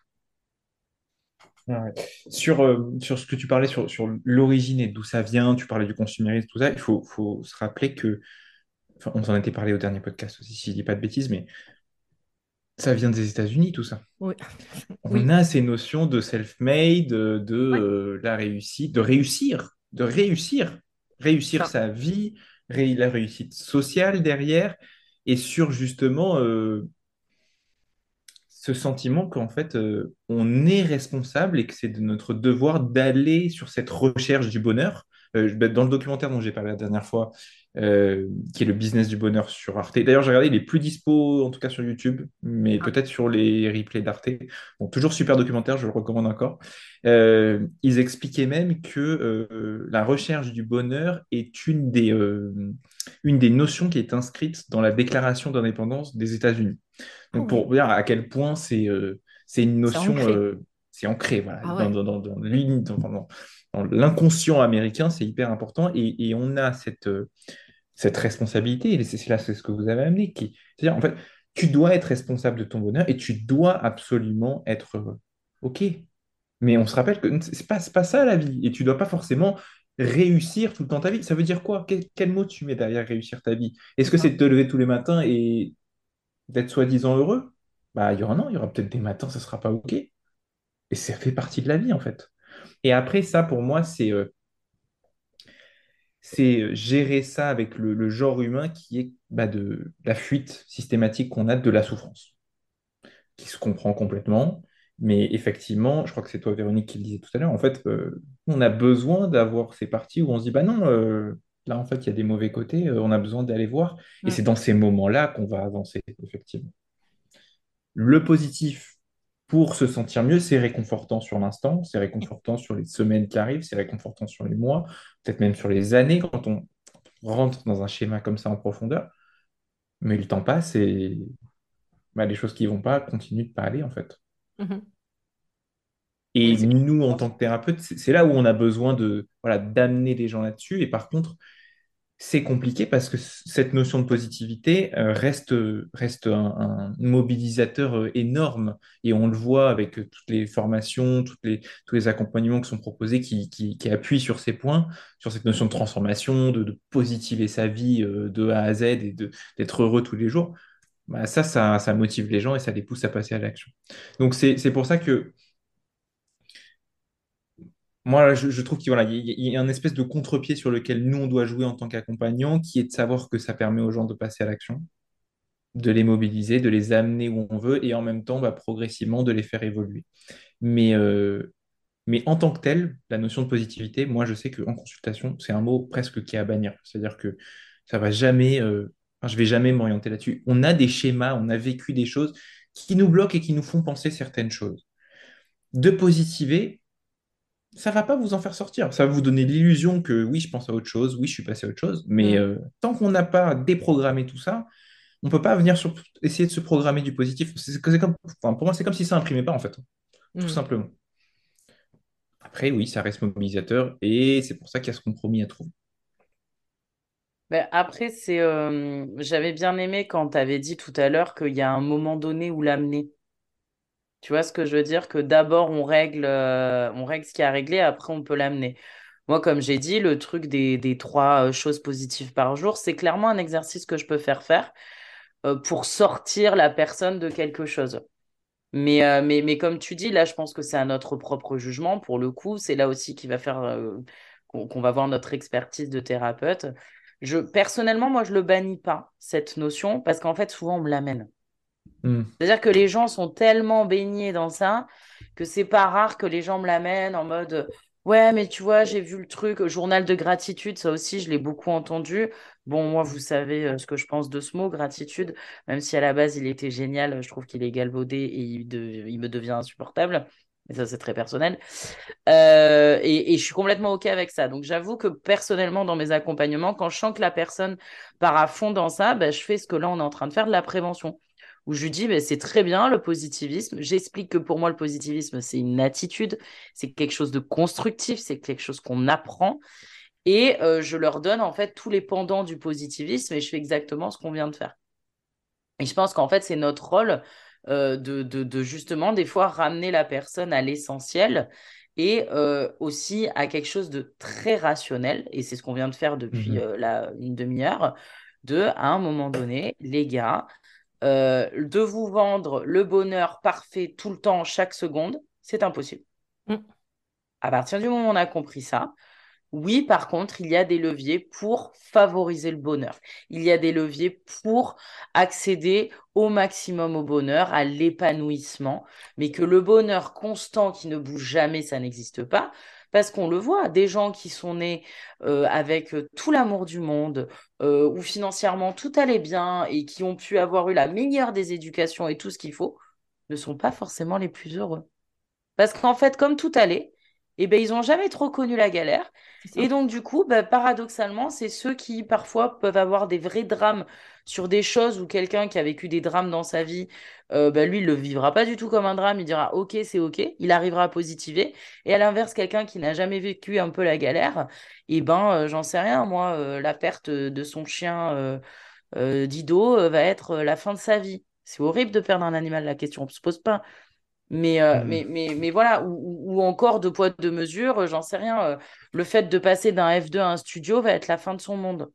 Ouais. Sur, euh, sur ce que tu parlais sur, sur l'origine et d'où ça vient, tu parlais du consumérisme, tout ça, il faut, faut se rappeler que, enfin, on s'en était parlé au dernier podcast aussi, si je dis pas de bêtises, mais ça vient des États-Unis, tout ça. Oui, On oui, a ces notions de self-made, de, de, ouais, euh, la réussite, de réussir, de réussir, c'est réussir ça. sa vie, ré- la réussite sociale derrière, et sur justement euh, ce sentiment qu'en fait, euh, on est responsable et que c'est de notre devoir d'aller sur cette recherche du bonheur, Euh, ben, dans le documentaire dont j'ai parlé la dernière fois, euh, qui est le business du bonheur sur Arte. D'ailleurs, j'ai regardé, il est plus dispo, en tout cas sur YouTube, mais Ah, peut-être sur les replays d'Arte. Bon, toujours super documentaire, je le recommande encore. Euh, ils expliquaient même que euh, la recherche du bonheur est une des, euh, une des notions qui est inscrite dans la Déclaration d'indépendance des États-Unis. ah Donc, pour ouais, dire à quel point c'est euh, c'est une c'est notion, ancré. euh, c'est ancré, voilà, Ah dans, ouais. dans, dans, dans l'uni- dans- dans- dans l'inconscient américain, c'est hyper important et, et on a cette, euh, cette responsabilité, et c'est c'est là c'est ce que vous avez amené, qui, c'est-à-dire, en fait, tu dois être responsable de ton bonheur et tu dois absolument être heureux. OK, mais on se rappelle que c'est pas, c'est pas ça la vie, et tu dois pas forcément réussir tout le temps ta vie. Ça veut dire quoi? Quel, quel mot tu mets derrière réussir ta vie? Est-ce C'est que c'est ça. de te lever tous les matins et d'être soi-disant heureux? Bah, il y aura non, il y aura peut-être des matins, ça sera pas OK. Et ça fait partie de la vie, en fait. Et après, ça, pour moi, c'est euh, c'est gérer ça avec le, le genre humain qui est bah, de la fuite systématique qu'on a de la souffrance, qui se comprend complètement. Mais effectivement, je crois que c'est toi, Véronique, qui le disait tout à l'heure, en fait, euh, on a besoin d'avoir ces parties où on se dit, bah non, euh, là, en fait, il y a des mauvais côtés, euh, on a besoin d'aller voir. Et Mm. c'est dans ces moments-là qu'on va avancer, effectivement. Le positif, pour se sentir mieux, c'est réconfortant sur l'instant, c'est réconfortant sur les semaines qui arrivent, c'est réconfortant sur les mois, peut-être même sur les années quand on rentre dans un schéma comme ça en profondeur. Mais le temps passe et bah, les choses qui vont pas continuent de pas aller en fait. Mhm. Mais Et c'est nous, en Bon, tant que thérapeute, c'est c'est là où on a besoin de voilà, d'amener les gens là-dessus. Et par contre, c'est compliqué parce que c- cette notion de positivité euh, reste, reste un, un mobilisateur euh, énorme. Et on le voit avec euh, toutes les formations, toutes les, tous les accompagnements qui sont proposés qui, qui, qui appuient sur ces points, sur cette notion de transformation, de, de positiver sa vie euh, de A à Z et de, d'être heureux tous les jours. Bah, ça, ça, ça motive les gens et ça les pousse à passer à l'action. Donc c'est, c'est pour ça que moi, je, je trouve qu'il voilà, il y, a il y a un espèce de contre-pied sur lequel nous, on doit jouer en tant qu'accompagnant, qui est de savoir que ça permet aux gens de passer à l'action, de les mobiliser, de les amener où on veut, et en même temps, bah, progressivement, de les faire évoluer. Mais, euh, mais en tant que tel, la notion de positivité, moi, je sais qu'en consultation, c'est un mot presque qui est à bannir. C'est-à-dire que ça va jamais, euh, enfin, je vais jamais m'orienter là-dessus. On a des schémas, on a vécu des choses qui nous bloquent et qui nous font penser certaines choses. De positiver, ça va pas vous en faire sortir. Ça va vous donner l'illusion que oui, je pense à autre chose, oui, je suis passé à autre chose. Mais Mm. euh, tant qu'on n'a pas déprogrammé tout ça, on peut pas venir sur, essayer de se programmer du positif. C'est c'est comme, enfin, pour moi, c'est comme si ça imprimait pas, en fait, tout Mm. simplement. Après, oui, ça reste mobilisateur et c'est pour ça qu'il y a ce compromis à trouver. ben, après, c'est, euh, j'avais bien aimé quand tu avais dit tout à l'heure qu'il y a un moment donné où l'amener. Tu vois ce que je veux dire? Que d'abord, on règle, euh, on règle ce qui a réglé, après, on peut l'amener. Moi, comme j'ai dit, le truc des, des trois euh, choses positives par jour, c'est clairement un exercice que je peux faire faire euh, pour sortir la personne de quelque chose. Mais, euh, mais, mais comme tu dis, là, je pense que c'est à notre propre jugement. Pour le coup, c'est là aussi qu'il va faire euh, qu'on qu'on va voir notre expertise de thérapeute. Je, personnellement, moi, je le bannis pas, cette notion, parce qu'en fait, souvent, on me l'amène. Hmm. C'est-à-dire que les gens sont tellement baignés dans ça que c'est pas rare que les gens me l'amènent en mode ouais, mais tu vois, j'ai vu le truc, journal de gratitude, ça aussi, je l'ai beaucoup entendu. Bon, moi, vous savez euh, ce que je pense de ce mot, gratitude, même si à la base, il était génial, je trouve qu'il est galvaudé et il, de- il me devient insupportable. Mais ça, c'est très personnel. Euh, et, et je suis complètement OK avec ça. Donc, j'avoue que personnellement, dans mes accompagnements, quand je sens que la personne part à fond dans ça, ben, je fais ce que là, on est en train de faire, de la prévention où je lui dis, ben, c'est très bien le positivisme. J'explique que pour moi, le positivisme, c'est une attitude, c'est quelque chose de constructif, c'est quelque chose qu'on apprend. Et euh, je leur donne en fait tous les pendants du positivisme et je fais exactement ce qu'on vient de faire. Et je pense qu'en fait, c'est notre rôle euh, de, de, de justement, des fois, ramener la personne à l'essentiel et euh, aussi à quelque chose de très rationnel. Et c'est ce qu'on vient de faire depuis Mhm. euh, là, une demi-heure, de, à un moment donné, les gars, euh, de vous vendre le bonheur parfait tout le temps, chaque seconde, c'est impossible. Mm. À partir du moment où on a compris ça, oui, par contre, il y a des leviers pour favoriser le bonheur. Il y a des leviers pour accéder au maximum au bonheur, à l'épanouissement, mais que le bonheur constant qui ne bouge jamais, ça n'existe pas. Parce qu'on le voit, des gens qui sont nés euh, avec euh, tout l'amour du monde, euh, où financièrement tout allait bien et qui ont pu avoir eu la meilleure des éducations et tout ce qu'il faut, ne sont pas forcément les plus heureux. Parce qu'en fait, comme tout allait, eh ben, ils n'ont jamais trop connu la galère. C'est ça. Et donc, du coup, bah, paradoxalement, c'est ceux qui, parfois, peuvent avoir des vrais drames sur des choses où quelqu'un qui a vécu des drames dans sa vie, euh, bah, lui, il ne le vivra pas du tout comme un drame. Il dira, OK, c'est OK. Il arrivera à positiver. Et à l'inverse, quelqu'un qui n'a jamais vécu un peu la galère, eh ben, euh, j'en sais rien. Moi, euh, la perte de son chien euh, euh, Dido euh, va être euh, la fin de sa vie. C'est horrible de perdre un animal. La question ne se pose pas. Mais, euh, Hmm. mais, mais, mais voilà, ou, ou- ou encore de poids de mesure, euh, j'en sais rien. Euh, le fait de passer d'un F deux à un studio va être la fin de son monde.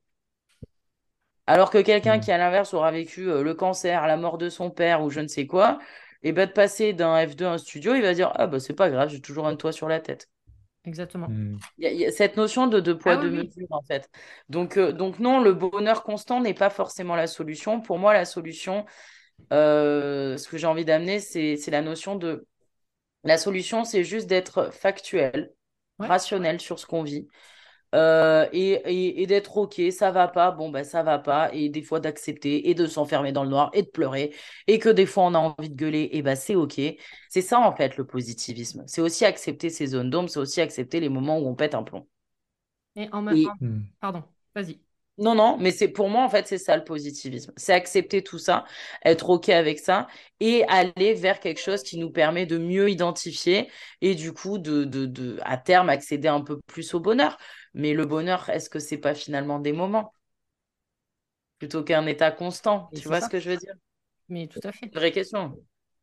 Alors que quelqu'un Hmm. qui, à l'inverse, aura vécu euh, le cancer, la mort de son père ou je ne sais quoi, et ben de passer d'un F deux à un studio, il va dire, ah bah c'est pas grave, j'ai toujours un toit sur la tête. Exactement. Hmm. Il y a, il y a cette notion de, de Ah poids oui, de oui. mesure, en fait. Donc, euh, donc non, le bonheur constant n'est pas forcément la solution. Pour moi, la solution, euh, ce que j'ai envie d'amener, c'est, c'est la notion de la solution, c'est juste d'être factuel, Ouais. rationnel sur ce qu'on vit euh, et, et, et d'être OK, ça va pas, bon, ben ça va pas, et des fois d'accepter et de s'enfermer dans le noir et de pleurer, et que des fois on a envie de gueuler, et ben c'est OK. C'est ça en fait le positivisme. C'est aussi accepter ces zones d'ombre, c'est aussi accepter les moments où on pète un plomb. Et en, me- en- Et Hmm. Pardon, vas-y. non, non, mais c'est pour moi, en fait, c'est ça le positivisme. C'est accepter tout ça, être OK avec ça et aller vers quelque chose qui nous permet de mieux identifier et du coup, de, de, de, à terme, accéder un peu plus au bonheur. Mais le bonheur, est-ce que c'est pas finalement des moments plutôt qu'un état constant? Et Tu c'est vois ce ça. que je veux dire? Mais tout à fait. Vraie question.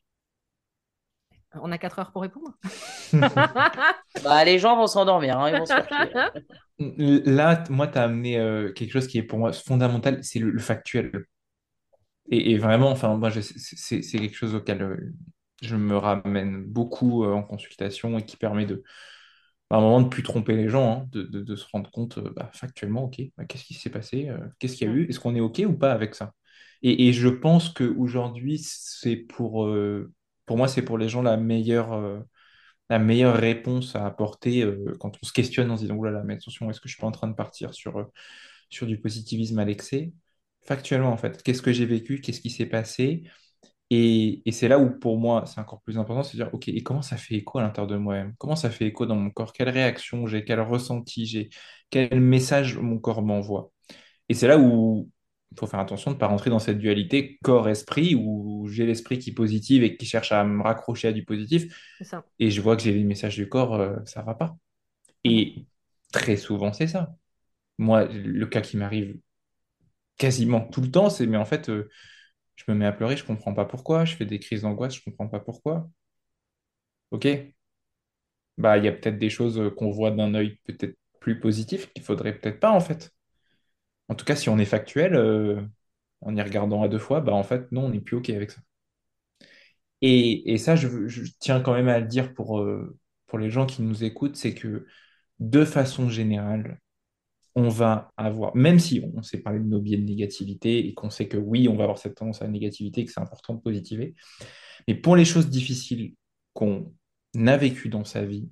On a quatre heures pour répondre. Bah, les gens vont s'endormir, hein, ils vont se faire chier. Là, t- moi, tu as amené euh, quelque chose qui est pour moi fondamental, c'est le, le factuel. Et, et vraiment, enfin, moi, je- c'est c'est- c'est quelque chose auquel euh, je me ramène beaucoup euh, en consultation et qui permet de, à un moment, de plus tromper les gens, hein, de, de- de se rendre compte euh, bah, factuellement, OK, bah, qu'est-ce qui s'est passé, euh, qu'est-ce qu'il y a Mm. eu, est-ce qu'on est OK ou pas avec ça? Et, et je pense qu'aujourd'hui, c'est pour, euh, pour moi, c'est pour les gens la meilleure, euh, la meilleure réponse à apporter euh, quand on se questionne en se disant, oulala, mais attention, est-ce que je suis pas en train de partir sur, euh, sur du positivisme à l'excès? Factuellement, en fait, qu'est-ce que j'ai vécu, qu'est-ce qui s'est passé? Et, et c'est là où, pour moi, c'est encore plus important, c'est de dire, OK, et comment ça fait écho à l'intérieur de moi-même? Comment ça fait écho dans mon corps? Quelle réaction j'ai? Quel ressenti j'ai? Quel message mon corps m'envoie? Et c'est là où il faut faire attention de ne pas rentrer dans cette dualité corps-esprit, où j'ai l'esprit qui positive et qui cherche à me raccrocher à du positif, C'est ça. et je vois que j'ai les messages du corps, euh, ça va pas. Ah non. Et très souvent, c'est ça. Moi, le cas qui m'arrive quasiment tout le temps, c'est, mais en fait, euh, je me mets à pleurer, je comprends pas pourquoi, je fais des crises d'angoisse, je comprends pas pourquoi. Ok, bah il y a peut-être des choses euh, qu'on voit d'un œil peut-être plus positif qu'il faudrait peut-être pas en fait. En tout cas, si on est factuel, euh, en y regardant à deux fois, bah en fait, non, on n'est plus ok avec ça. Et, et ça, je, veux- je tiens quand même à le dire pour, euh, pour les gens qui nous écoutent, c'est que de façon générale, on va avoir, même si on s'est parlé de nos biais de négativité et qu'on sait que oui, on va avoir cette tendance à la négativité, et que c'est important de positiver, mais pour les choses difficiles qu'on a vécues dans sa vie,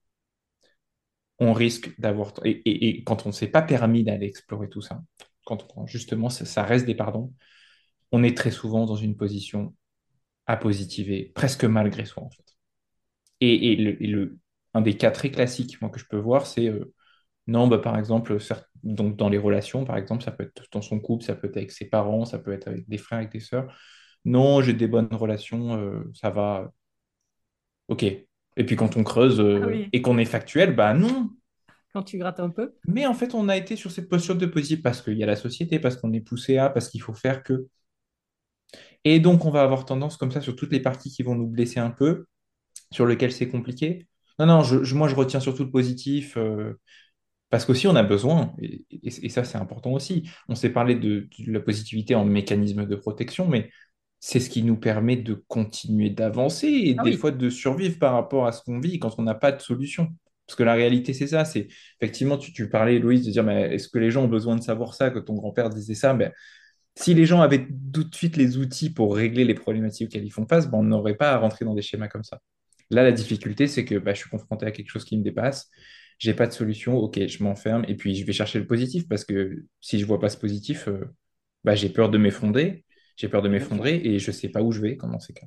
on risque d'avoir, et, et- et quand on ne s'est pas permis d'aller explorer tout ça, quand, quand justement ça, ça reste des pardons, on est très souvent dans une position à positiver, presque malgré soi en fait. Et, et le, et le- un des cas très classiques moi, que je peux voir, c'est euh, non, bah, par exemple, certes- donc dans les relations, par exemple, ça peut être dans son couple, ça peut être avec ses parents, ça peut être avec des frères, avec des sœurs. Non, j'ai des bonnes relations, euh, ça va, ok. Et puis quand on creuse Ah euh, oui. et qu'on est factuel, bah non. Quand tu grattes un peu. Mais en fait, on a été sur cette posture de positif parce qu'il y a la société, parce qu'on est poussé à, parce qu'il faut faire que. Et donc, on va avoir tendance comme ça sur toutes les parties qui vont nous blesser un peu, sur lesquelles c'est compliqué. Non, non, je, je- moi, je retiens surtout le positif. euh, Parce qu'aussi, on a besoin, et, et- et ça, c'est important aussi. On s'est parlé de, de la positivité en mécanisme de protection, mais c'est ce qui nous permet de continuer d'avancer et Ah des oui. fois de survivre par rapport à ce qu'on vit quand on n'a pas de solution. Parce que la réalité, c'est ça. C'est effectivement, tu, tu parlais, Louise, de dire, mais est-ce que les gens ont besoin de savoir ça, que ton grand-père disait ça? Ben, si les gens avaient tout de suite les outils pour régler les problématiques auxquelles ils font face, ben, on n'aurait pas à rentrer dans des schémas comme ça. Là, la difficulté, c'est que bah, je suis confronté à quelque chose qui me dépasse. J'ai pas de solution. Ok, je m'enferme et puis je vais chercher le positif parce que si je vois pas ce positif, euh, bah, j'ai peur de m'effondrer. J'ai peur de Bien sûr. m'effondrer et je sais pas où je vais, comme dans ces cas.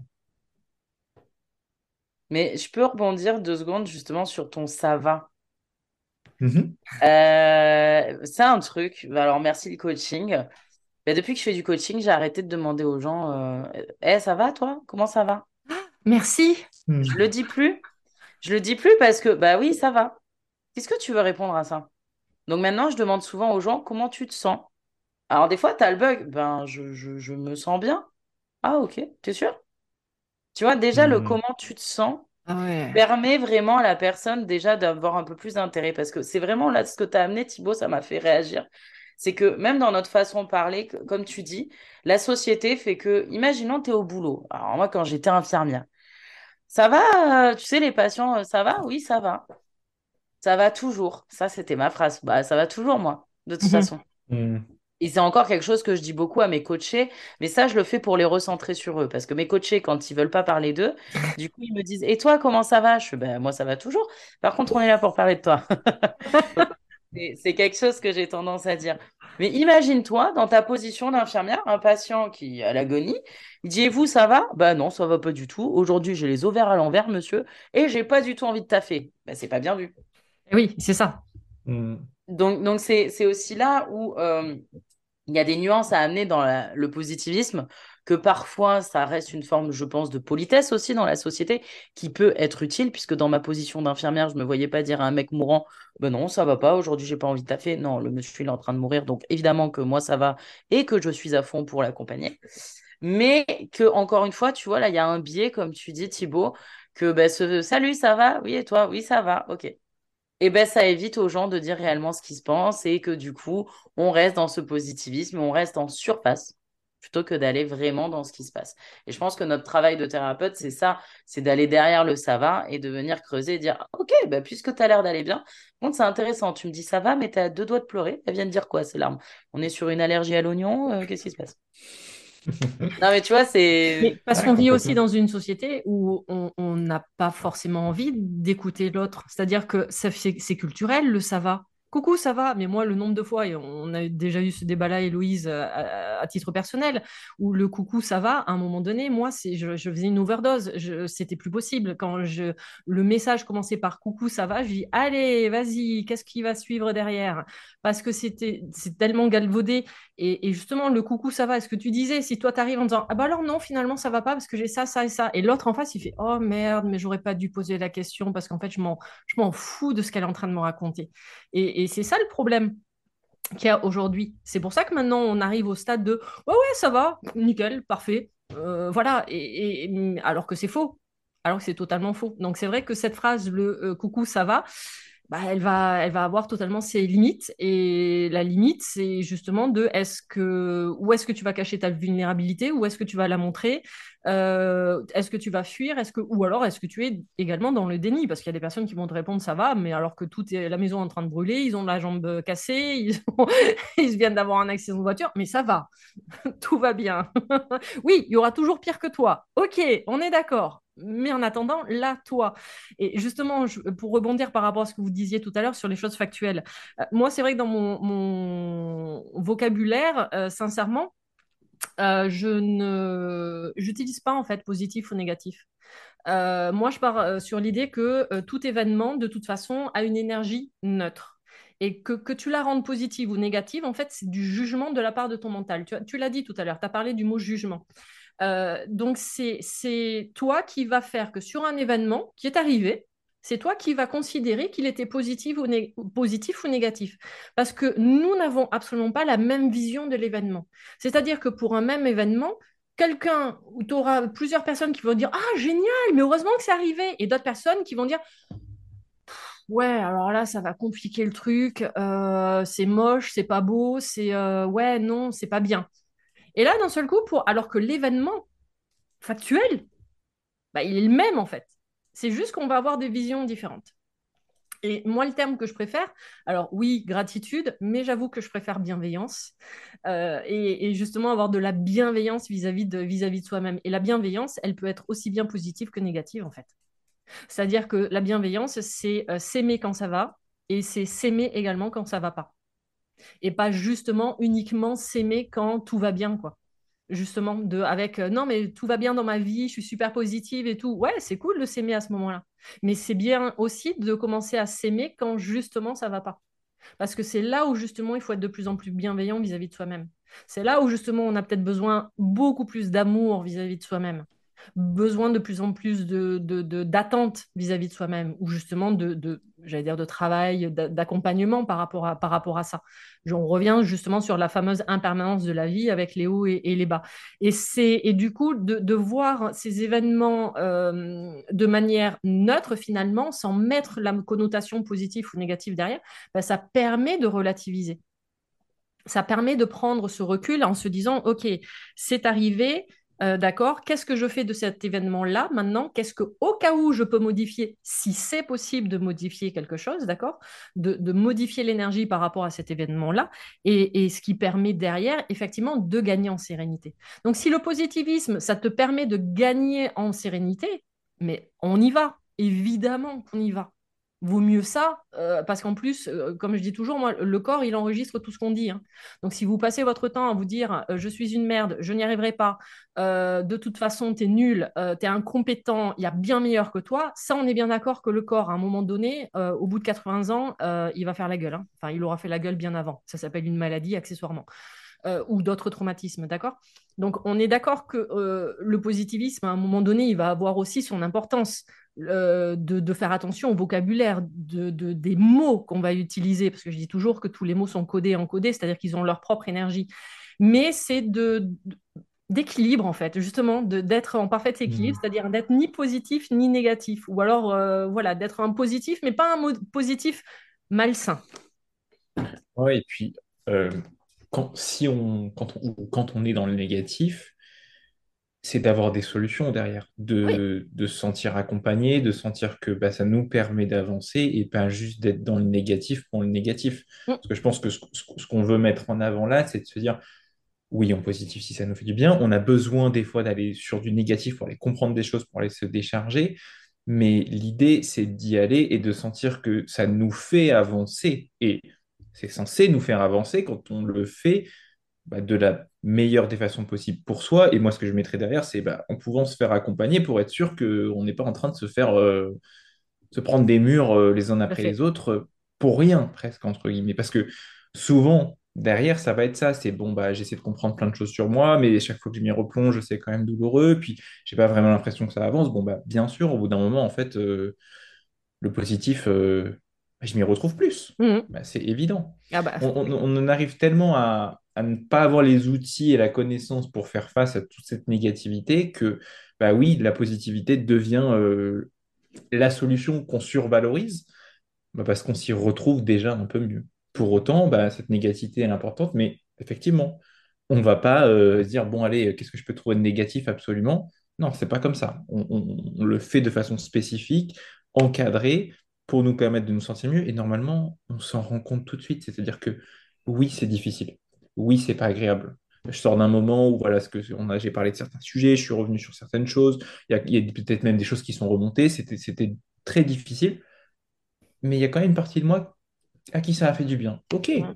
Mais je peux rebondir deux secondes justement sur ton ça va. Mhm. Euh, c'est un truc. Bah, alors, merci le coaching. Bah, depuis que je fais du coaching, j'ai arrêté de demander aux gens euh, Eh, ça va toi? Comment ça va? Merci. Je le dis plus. Je le dis plus parce que, bah oui, ça va. Qu'est-ce que tu veux répondre à ça? Donc maintenant, je demande souvent aux gens comment tu te sens. Alors, des fois, tu as le bug. Ben, je, je, je me sens bien. Ah, ok. T'es sûr? Tu vois, déjà, le Hmm. comment tu te sens Ah ouais. permet vraiment à la personne déjà d'avoir un peu plus d'intérêt. Parce que c'est vraiment là ce que tu as amené, Thibaut, ça m'a fait réagir. C'est que même dans notre façon de parler, que- comme tu dis, la société fait que, imaginons, tu es au boulot. Alors, moi, quand j'étais infirmière, ça va, euh, tu sais, les patients, euh, ça va? Oui, ça va. Ça va toujours. Ça, c'était ma phrase. Bah, ça va toujours, moi, de toute Mhm. façon. Hmm. Et c'est encore quelque chose que je dis beaucoup à mes coachés, mais ça, je le fais pour les recentrer sur eux. Parce que mes coachés, quand ils veulent pas parler d'eux, du coup, ils me disent, Et toi, comment ça va? Je fais, ben, moi, ça va toujours. Par contre, on est là pour parler de toi. C'est c'est quelque chose que j'ai tendance à dire. Mais imagine-toi, dans ta position d'infirmière, un patient qui est à l'agonie, il dit, et vous, ça va? Bah non, ça va pas du tout. Aujourd'hui, j'ai les ovaires à l'envers, monsieur, et j'ai pas du tout envie de taffer. Bah, c'est pas bien vu. Eh oui, c'est ça. Hmm. Donc, donc c'est, c'est aussi là où euh, il y a des nuances à amener dans la- le positivisme, que parfois ça reste une forme, je pense, de politesse aussi dans la société, qui peut être utile, puisque dans ma position d'infirmière, je ne me voyais pas dire à un mec mourant, ben non, ça va pas, aujourd'hui j'ai pas envie de taffer. Non, le monsieur il est en train de mourir, donc évidemment que moi ça va et que je suis à fond pour l'accompagner. Mais que, encore une fois, tu vois, là, il y a un biais, comme tu dis, Thibaut, que ben, ce salut, ça va? Oui, et toi? Oui, ça va, ok. Et ben, ça évite aux gens de dire réellement ce qu'ils se pensent et que du coup, on reste dans ce positivisme, on reste en surface plutôt que d'aller vraiment dans ce qui se passe. Et je pense que notre travail de thérapeute, c'est ça, c'est d'aller derrière le ça va et de venir creuser et dire, «Ah, ok, bah, puisque tu as l'air d'aller bien, bon, c'est intéressant, tu me dis ça va, mais tu as deux doigts de pleurer, elles viennent dire quoi ces larmes? On est sur une allergie à l'oignon, euh, qu'est-ce qui se passe?» Non, mais tu vois, c'est... Mais parce Ouais, qu'on vit aussi complètement. dans une société où on on n'a pas forcément envie d'écouter l'autre. C'est-à-dire que ça, c'est c'est culturel, le ça va. Coucou, ça va. Mais moi, le nombre de fois, et on a déjà eu ce débat-là, Héloïse, euh, à, à titre personnel, où le coucou, ça va, à un moment donné, moi, c'est, je, je faisais une overdose. Je, c'était plus possible. Quand je, le message commençait par coucou, ça va, je dis, allez, vas-y, qu'est-ce qui va suivre derrière? Parce que c'était, c'est tellement galvaudé. Et, et justement, le coucou, ça va. Est-ce que tu disais, si toi, t'arrives en disant, ah bah alors non, finalement, ça va pas parce que j'ai ça, ça et ça. Et l'autre en face, il fait, oh merde, mais j'aurais pas dû poser la question parce qu'en fait, je m'en, je m'en fous de ce qu'elle est en train de me raconter. Et, et c'est ça le problème qu'il y a aujourd'hui. C'est pour ça que maintenant, on arrive au stade de, ouais, ouais, ça va, nickel, parfait. Euh, voilà. Et, et- alors que c'est faux. Alors que c'est totalement faux. Donc c'est vrai que cette phrase, le euh, coucou, ça va, bah, elle va, elle va avoir totalement ses limites. Et la limite, c'est justement de est-ce que, où est-ce que tu vas cacher ta vulnérabilité, où est-ce que tu vas la montrer, euh, est-ce que tu vas fuir, est-ce que, ou alors est-ce que tu es également dans le déni, parce qu'il y a des personnes qui vont te répondre ça va, mais alors que toute la maison est en train de brûler, ils ont la jambe cassée, ils, ont- ils viennent d'avoir un accident de voiture, mais ça va, tout va bien. Oui, il y aura toujours pire que toi. Ok, on est d'accord. Mais en attendant, là, toi. Et justement, je- pour rebondir par rapport à ce que vous disiez tout à l'heure sur les choses factuelles, euh, moi, c'est vrai que dans mon, mon vocabulaire, euh, sincèrement, euh, je ne, j'utilise pas en fait positif ou négatif. Euh, moi, je pars euh, sur l'idée que euh, tout événement, de toute façon, a une énergie neutre. Et que, que tu la rendes positive ou négative, en fait, c'est du jugement de la part de ton mental. Tu, as- tu l'as dit tout à l'heure, tu as parlé du mot jugement. Euh, donc, c'est, c'est toi qui vas faire que sur un événement qui est arrivé, c'est toi qui vas considérer qu'il était positif ou, né- positif ou négatif. Parce que nous n'avons absolument pas la même vision de l'événement. C'est-à-dire que pour un même événement, quelqu'un où tu auras plusieurs personnes qui vont dire ah génial, mais heureusement que c'est arrivé, et d'autres personnes qui vont dire ouais, alors là ça va compliquer le truc, euh, c'est moche, c'est pas beau, c'est euh, ouais non, c'est pas bien. Et là d'un seul coup, pour alors que l'événement factuel, bah, il est le même en fait. C'est juste qu'on va avoir des visions différentes. Et moi, le terme que je préfère, alors oui, gratitude, mais j'avoue que je préfère bienveillance. Euh, et, et justement, avoir de la bienveillance vis-à-vis de, vis-à-vis de soi-même. Et la bienveillance, elle peut être aussi bien positive que négative, en fait. C'est-à-dire que la bienveillance, c'est euh, s'aimer quand ça va et c'est s'aimer également quand ça va pas. Et pas justement uniquement s'aimer quand tout va bien, quoi. Justement, de, avec euh, non, mais tout va bien dans ma vie, je suis super positive et tout. Ouais, c'est cool de s'aimer à ce moment-là. Mais c'est bien aussi de commencer à s'aimer quand justement ça va pas. Parce que c'est là où justement il faut être de plus en plus bienveillant vis-à-vis de soi-même. C'est là où justement on a peut-être besoin beaucoup plus d'amour vis-à-vis de soi-même, besoin de plus en plus de, de, de- d'attente vis-à-vis de soi-même, ou justement de, de j'allais dire de travail, d'a- d'accompagnement par rapport à, par rapport à ça. On revient justement sur la fameuse impermanence de la vie avec les hauts et, et les bas. Et, c'est, et du coup, de, de voir ces événements euh, de manière neutre finalement, sans mettre la connotation positive ou négative derrière, ben, ça permet de relativiser. Ça permet de prendre ce recul en se disant, OK, c'est arrivé, euh, d'accord, qu'est-ce que je fais de cet événement-là maintenant? Qu'est-ce que, au cas où je peux modifier, si c'est possible de modifier quelque chose, d'accord, de, de modifier l'énergie par rapport à cet événement-là, et, et ce qui permet derrière, effectivement, de gagner en sérénité. Donc, si le positivisme, ça te permet de gagner en sérénité, mais on y va, évidemment qu'on y va. Vaut mieux ça, euh, parce qu'en plus, euh, comme je dis toujours, moi, le corps, il enregistre tout ce qu'on dit, hein. Donc, si vous passez votre temps à vous dire euh, je suis une merde, je n'y arriverai pas, euh, de toute façon, t'es nul, euh, t'es incompétent, il y a bien meilleur que toi, ça, on est bien d'accord que le corps, à un moment donné, euh, au bout de quatre-vingts ans, euh, il va faire la gueule, hein. Enfin, il aura fait la gueule bien avant. Ça s'appelle une maladie, accessoirement. Euh, ou d'autres traumatismes, d'accord? Donc, on est d'accord que euh, le positivisme, à un moment donné, il va avoir aussi son importance. Euh, de, de, faire attention au vocabulaire de, de, des mots qu'on va utiliser, parce que je dis toujours que tous les mots sont codés, encodés, c'est-à-dire qu'ils ont leur propre énergie. Mais c'est de, de d'équilibre, en fait, justement, de, d'être en parfait équilibre, Hmm. c'est-à-dire d'être ni positif ni négatif, ou alors, euh, voilà, d'être un positif, mais pas un mot positif malsain. Ouais, et puis, euh, quand, si on, quand on, ou quand on est dans le négatif, c'est d'avoir des solutions derrière, Oui. de, de se sentir accompagné, de sentir que bah, ça nous permet d'avancer et pas juste d'être dans le négatif pour le négatif. Mm. Parce que je pense que ce, ce- ce qu'on veut mettre en avant là, c'est de se dire, oui, en positif, si ça nous fait du bien, on a besoin des fois d'aller sur du négatif pour aller comprendre des choses, pour aller se décharger. Mais l'idée, c'est d'y aller et de sentir que ça nous fait avancer. Et c'est censé nous faire avancer quand on le fait bah, de la meilleure des façons possibles pour soi. Et moi, ce que je mettrais derrière, c'est bah, en pouvant se faire accompagner pour être sûr qu'on n'est pas en train de se faire euh, se prendre des murs euh, les uns Tout à après fait. les autres euh, pour rien, presque, entre guillemets. Parce que souvent, derrière, ça va être ça. C'est bon, bah, j'essaie de comprendre plein de choses sur moi, mais chaque fois que je m'y replonge, c'est quand même douloureux. Puis, j'ai pas vraiment l'impression que ça avance. Bon, bah, bien sûr, au bout d'un moment, en fait, euh, le positif, euh, bah, je m'y retrouve plus. Mm. Bah, c'est évident. Ah bah, On, on- oui. on en arrive tellement à, à ne pas avoir les outils et la connaissance pour faire face à toute cette négativité que, bah oui, la positivité devient euh, la solution qu'on survalorise bah, parce qu'on s'y retrouve déjà un peu mieux. Pour autant, bah, cette négativité est importante, mais effectivement, on ne va pas euh, se dire, bon, allez, qu'est-ce que je peux trouver de négatif absolument? Non, c'est pas comme ça. On, on- on le fait de façon spécifique, encadrée, pour nous permettre de nous sentir mieux. Et normalement, on s'en rend compte tout de suite. C'est-à-dire que oui, c'est difficile. Oui, c'est pas agréable. Je sors d'un moment où voilà ce que on a, j'ai parlé de certains sujets, je suis revenu sur certaines choses. Il y a, il y a peut-être même des choses qui sont remontées. C'était, c'était très difficile mais il y a quand même une partie de moi à qui ça a fait du bien. Ok, Mm.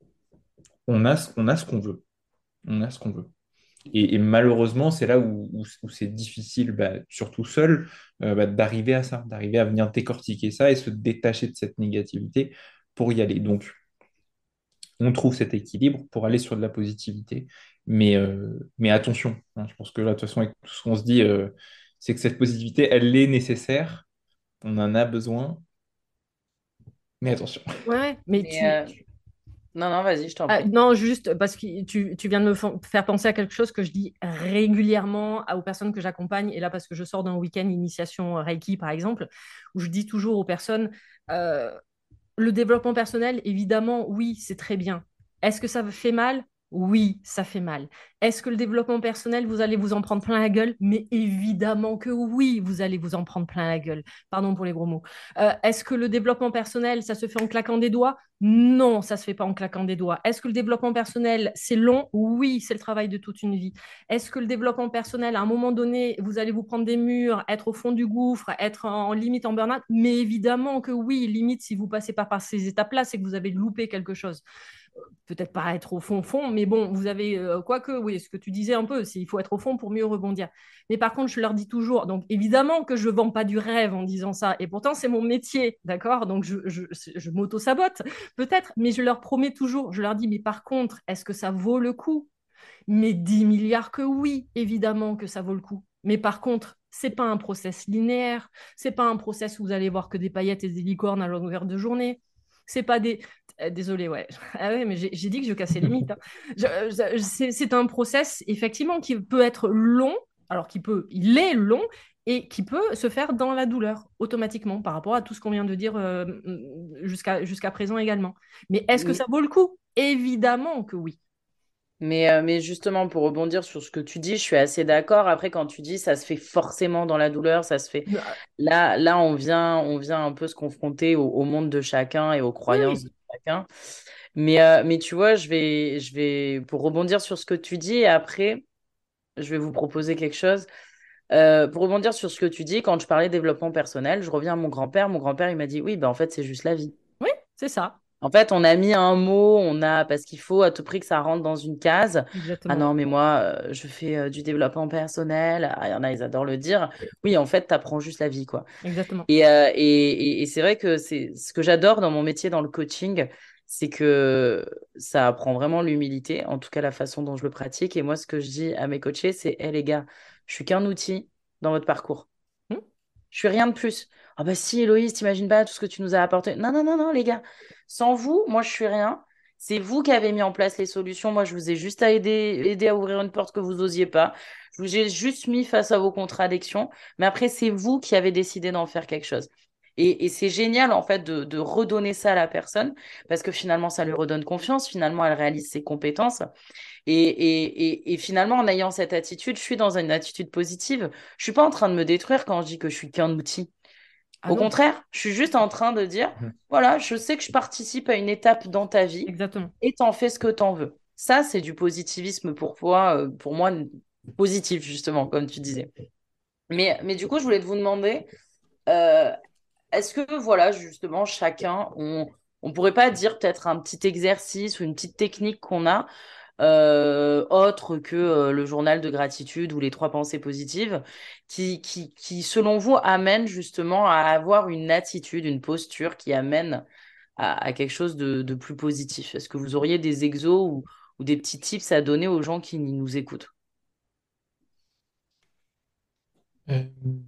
on a, ce- on a ce qu'on veut. On a ce qu'on veut. Et, et malheureusement, c'est là où, où- où c'est difficile, bah, surtout seul, euh, bah, d'arriver à ça, d'arriver à venir décortiquer ça et se détacher de cette négativité pour y aller. Donc, on trouve cet équilibre pour aller sur de la positivité. Mais, euh, mais attention, hein, je pense que là, de toute façon, avec tout ce qu'on se dit, euh, c'est que cette positivité, elle est nécessaire, on en a besoin, mais attention. Ouais, mais Mais tu, euh, non, non, vas-y, je t'en ah, prie. non, juste parce que tu, tu viens de me fa- faire penser à quelque chose que je dis régulièrement à- aux personnes que j'accompagne. Et là, parce que je sors d'un week-end initiation Reiki, par exemple, où je dis toujours aux personnes, euh, le développement personnel, évidemment, oui, c'est très bien. Est-ce que ça fait mal? Oui, ça fait mal. Est-ce que le développement personnel, vous allez vous en prendre plein la gueule? Mais évidemment que oui, vous allez vous en prendre plein la gueule. Pardon pour les gros mots. Euh, est-ce que le développement personnel, ça se fait en claquant des doigts? Non, ça se fait pas en claquant des doigts. Est-ce que le développement personnel, c'est long? Oui, c'est le travail de toute une vie. Est-ce que le développement personnel, à un moment donné, vous allez vous prendre des murs, être au fond du gouffre, être en, en limite en burn-out? Mais évidemment que oui, limite, si vous passez pas par ces étapes-là, c'est que vous avez loupé quelque chose. Peut-être pas être au fond fond, mais bon, vous avez euh, quoique, oui, ce que tu disais un peu, c'est il faut être au fond pour mieux rebondir. Mais par contre, je leur dis toujours, donc évidemment que je vends pas du rêve en disant ça, et pourtant c'est mon métier, d'accord? Donc je, je, je m'auto-sabote peut-être, mais je leur promets toujours, je leur dis, mais par contre, est-ce que ça vaut le coup? Mais dix milliards que oui, évidemment que ça vaut le coup. Mais par contre, c'est pas un process linéaire, c'est pas un process où vous allez voir que des paillettes et des licornes à longueur de journée. C'est pas des. Euh, désolé, ouais. Ah ouais, mais j'ai j'ai dit que je cassais les mythes, hein. Je- je- c'est c'est un process, effectivement, qui peut être long, alors qu'il peut, il est long, et qui peut se faire dans la douleur, automatiquement, par rapport à tout ce qu'on vient de dire euh, jusqu'à jusqu'à présent également. Mais est-ce que ça vaut le coup? Évidemment que oui. Mais, euh, mais justement, pour rebondir sur ce que tu dis, je suis assez d'accord. Après, quand tu dis ça se fait forcément dans la douleur, ça se fait. Là, là on vient, on vient un peu se confronter au, au monde de chacun et aux Oui, croyances oui. de chacun. Mais, euh, mais tu vois, je vais, je vais, pour rebondir sur ce que tu dis, et après, je vais vous proposer quelque chose. Euh, pour rebondir sur ce que tu dis, quand je parlais développement personnel, je reviens à mon grand-père. Mon grand-père, il m'a dit, oui, ben, en fait, c'est juste la vie. Oui, c'est ça. En fait, on a mis un mot, on a parce qu'il faut à tout prix que ça rentre dans une case. Ah Exactement. non, mais moi, euh, je fais euh, du développement personnel. Ah, il y en a, ils adorent le dire. Oui, en fait, tu apprends juste la vie, quoi. Exactement. Et, euh, et, et- et c'est vrai que c'est ce que j'adore dans mon métier, dans le coaching, c'est que ça apprend vraiment l'humilité, en tout cas la façon dont je le pratique. Et moi, ce que je dis à mes coachés, c'est, hé les gars, je suis qu'un outil dans votre parcours. Hmm. Je suis rien de plus. Ah bah si, Héloïse, t'imagines pas tout ce que tu nous as apporté. Non, non, non, non, les gars. Sans vous, moi, je suis rien. C'est vous qui avez mis en place les solutions. Moi, je vous ai juste à aider, aider à ouvrir une porte que vous n'osiez pas. Je vous ai juste mis face à vos contradictions. Mais après, c'est vous qui avez décidé d'en faire quelque chose. Et, et c'est génial, en fait, de, de redonner ça à la personne parce que finalement, ça lui redonne confiance. Finalement, elle réalise ses compétences. Et, et, et, et finalement, en ayant cette attitude, je suis dans une attitude positive. Je suis pas en train de me détruire quand je dis que je suis qu'un outil. Ah Au non, contraire, je suis juste en train de dire, Mhm. voilà, je sais que je participe à une étape dans ta vie exactement. et t'en fais ce que t'en veux. Ça, c'est du positivisme pour toi, euh, pour moi, positif, justement, comme tu disais. Mais, mais du coup, je voulais te vous demander, euh, est-ce que, voilà, justement, chacun, on on pourrait pas dire peut-être un petit exercice ou une petite technique qu'on a euh, autre que euh, le journal de gratitude ou les trois pensées positives, qui, qui, qui, selon vous, amène justement à avoir une attitude, une posture qui amène à, à quelque chose de, de plus positif. Est-ce que vous auriez des exos ou, ou des petits tips à donner aux gens qui nous écoutent? Euh,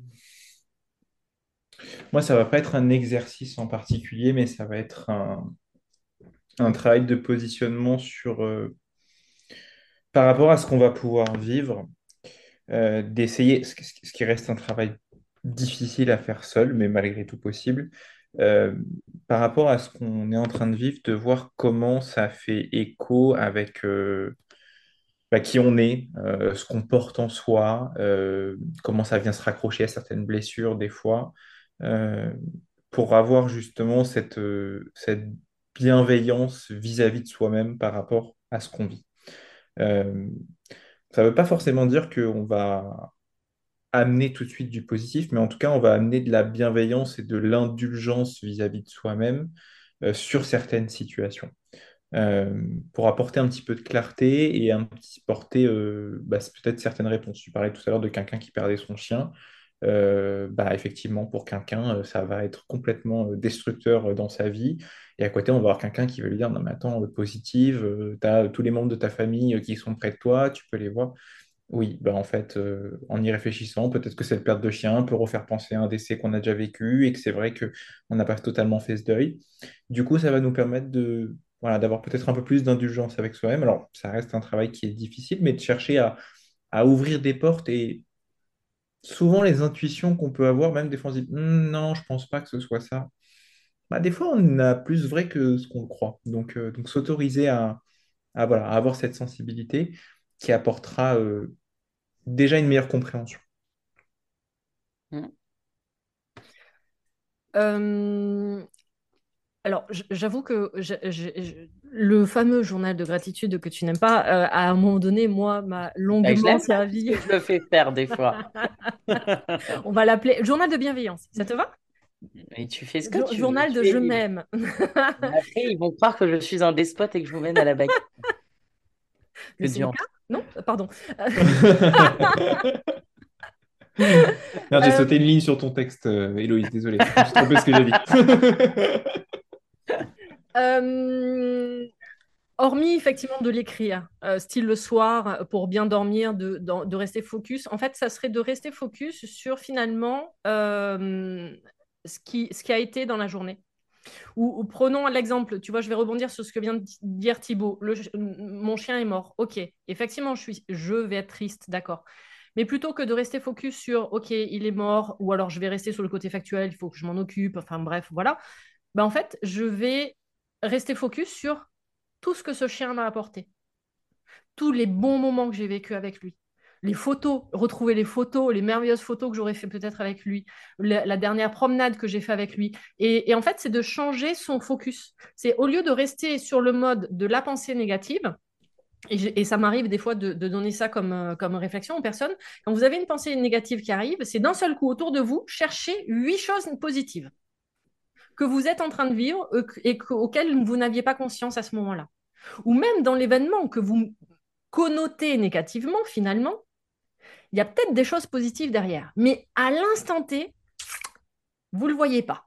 Moi, ça va pas être un exercice en particulier, mais ça va être un, un travail de positionnement sur, euh, par rapport à ce qu'on va pouvoir vivre, euh, d'essayer, ce, qui ce qui reste un travail difficile à faire seul, mais malgré tout possible, euh, par rapport à ce qu'on est en train de vivre, de voir comment ça fait écho avec euh, bah, qui on est, euh, ce qu'on porte en soi, euh, comment ça vient se raccrocher à certaines blessures des fois, euh, pour avoir justement cette, euh, cette bienveillance vis-à-vis de soi-même par rapport à ce qu'on vit. Euh, Ça ne veut pas forcément dire qu'on va amener tout de suite du positif, mais en tout cas, on va amener de la bienveillance et de l'indulgence vis-à-vis de soi-même euh, sur certaines situations euh, pour apporter un petit peu de clarté et un petit porter euh, bah, c'est peut-être certaines réponses. Tu parlais tout à l'heure de quelqu'un qui perdait son chien. Euh, bah, effectivement, pour quelqu'un, euh, ça va être complètement euh, destructeur euh, dans sa vie. Et à côté, on va avoir quelqu'un qui va lui dire, non, mais attends, euh, positive, tu as tous les membres de ta famille euh, qui sont près de toi, tu peux les voir. Oui, bah en fait, euh, en y réfléchissant, peut-être que cette perte de chien peut refaire penser à un décès qu'on a déjà vécu et que c'est vrai que on n'a pas totalement fait ce deuil. Du coup, ça va nous permettre de, voilà, d'avoir peut-être un peu plus d'indulgence avec soi-même. Alors, ça reste un travail qui est difficile, mais de chercher à, à ouvrir des portes et souvent les intuitions qu'on peut avoir, même des fois on se dit, Hmm, non, je pense pas que ce soit ça. Bah, des fois, on a plus vrai que ce qu'on le croit. Donc, euh, donc s'autoriser à à, voilà, à avoir cette sensibilité qui apportera euh, déjà une meilleure compréhension. Mm. Euh, alors, j- j'avoue que je- je- je- le fameux journal de gratitude que tu n'aimes pas, euh, à un moment donné, moi, m'a Bah, je longuement l'aime pas servi. puisque je le fais faire des fois. On va l'appeler journal de bienveillance. Ça te va? Et tu fais ce que Jour- tu veux, journal de tu es je libre. m'aime. Mais après, ils vont croire que je suis un despote et que je vous mène à la baguette. Que Mais c'est le cas? diantre. Non? Pardon. Merde, j'ai Euh, sauté une ligne sur ton texte, euh, Héloïse, désolé. Je me suis trompé ce que j'ai dit. euh, Hormis effectivement de l'écrire, euh, style le soir, euh, pour bien dormir, de, de- de rester focus, en fait, ça serait de rester focus sur finalement euh, ce qui, ce qui a été dans la journée. Ou, ou prenons l'exemple, tu vois, je vais rebondir sur ce que vient de dire Thibaut. Le, mon chien est mort. Ok, effectivement, je, suis, je vais être triste, d'accord. Mais plutôt que de rester focus sur, ok, il est mort, ou alors je vais rester sur le côté factuel, il faut que je m'en occupe, enfin bref, voilà. Ben, en fait, je vais rester focus sur tout ce que ce chien m'a apporté, tous les bons moments que j'ai vécu avec lui. Les photos, retrouver les photos, les merveilleuses photos que j'aurais fait peut-être avec lui, la, la dernière promenade que j'ai fait avec lui. Et, et en fait, c'est de changer son focus. C'est au lieu de rester sur le mode de la pensée négative, et, et ça m'arrive des fois de, de donner ça comme, euh, comme réflexion aux personnes, quand vous avez une pensée négative qui arrive, c'est d'un seul coup autour de vous, chercher huit choses positives que vous êtes en train de vivre euh, et auxquelles vous n'aviez pas conscience à ce moment-là. Ou même dans l'événement que vous connotez négativement, finalement, il y a peut-être des choses positives derrière. Mais à l'instant T, vous ne le voyez pas.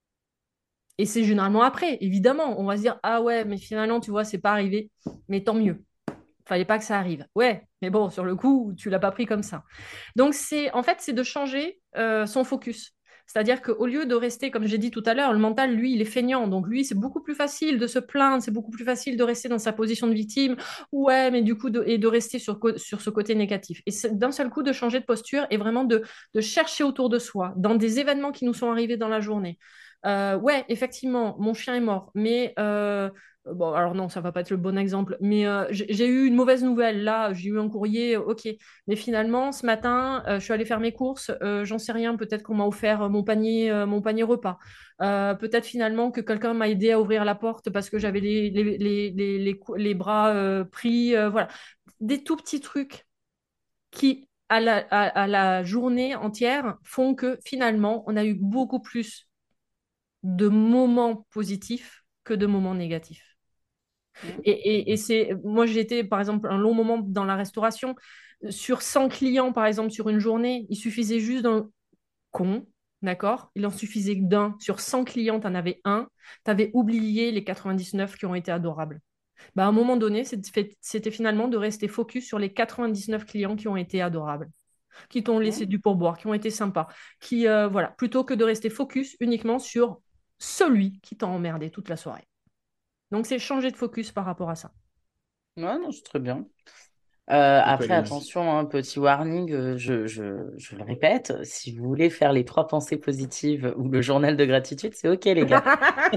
Et c'est généralement après, évidemment, on va se dire, ah ouais, mais finalement, tu vois, c'est pas arrivé, mais tant mieux. Fallait pas que ça arrive. Ouais, mais bon, sur le coup, tu l'as pas pris comme ça. Donc, c'est en fait, c'est de changer euh, son focus. C'est-à-dire qu'au lieu de rester, comme j'ai dit tout à l'heure, le mental, lui, il est feignant. Donc, lui, c'est beaucoup plus facile de se plaindre, c'est beaucoup plus facile de rester dans sa position de victime. Ouais, mais du coup, de, et de rester sur, sur ce côté négatif. Et c'est d'un seul coup de changer de posture et vraiment de, de chercher autour de soi, dans des événements qui nous sont arrivés dans la journée. Euh, ouais, effectivement, mon chien est mort, mais euh, bon, alors non, ça va pas être le bon exemple, mais euh, j'ai j'ai eu une mauvaise nouvelle. Là, j'ai eu un courrier, ok. Mais finalement, ce matin, euh, je suis allée faire mes courses. Euh, j'en sais rien. Peut-être qu'on m'a offert euh, mon panier, euh, mon panier repas. Euh, peut-être finalement que quelqu'un m'a aidé à ouvrir la porte parce que j'avais les, les, les, les, les, cou- les bras euh, pris. Euh, voilà. Des tout petits trucs qui, à la, à, à la journée entière, font que finalement, on a eu beaucoup plus de moments positifs que de moments négatifs. Mm. Et, et, et c'est, moi, j'ai été, par exemple, un long moment dans la restauration. Sur cent clients, par exemple, sur une journée, il suffisait juste d'un con, d'accord? Il en suffisait d'un. Sur cent clients, tu en avais un. Tu avais oublié les quatre-vingt-dix-neuf qui ont été adorables. Bah, à un moment donné, c'était finalement de rester focus sur les quatre-vingt-dix-neuf clients qui ont été adorables, qui t'ont laissé Mm. du pourboire, qui ont été sympas, qui, euh, voilà, plutôt que de rester focus uniquement sur celui qui t'a emmerdé toute la soirée. Donc, c'est changer de focus par rapport à ça. Ouais, non, c'est très bien. Euh, Et toi, après, Héloïse? attention, hein, petit warning, euh, je, je, je le répète, si vous voulez faire les trois pensées positives ou le journal de gratitude, c'est OK, les gars.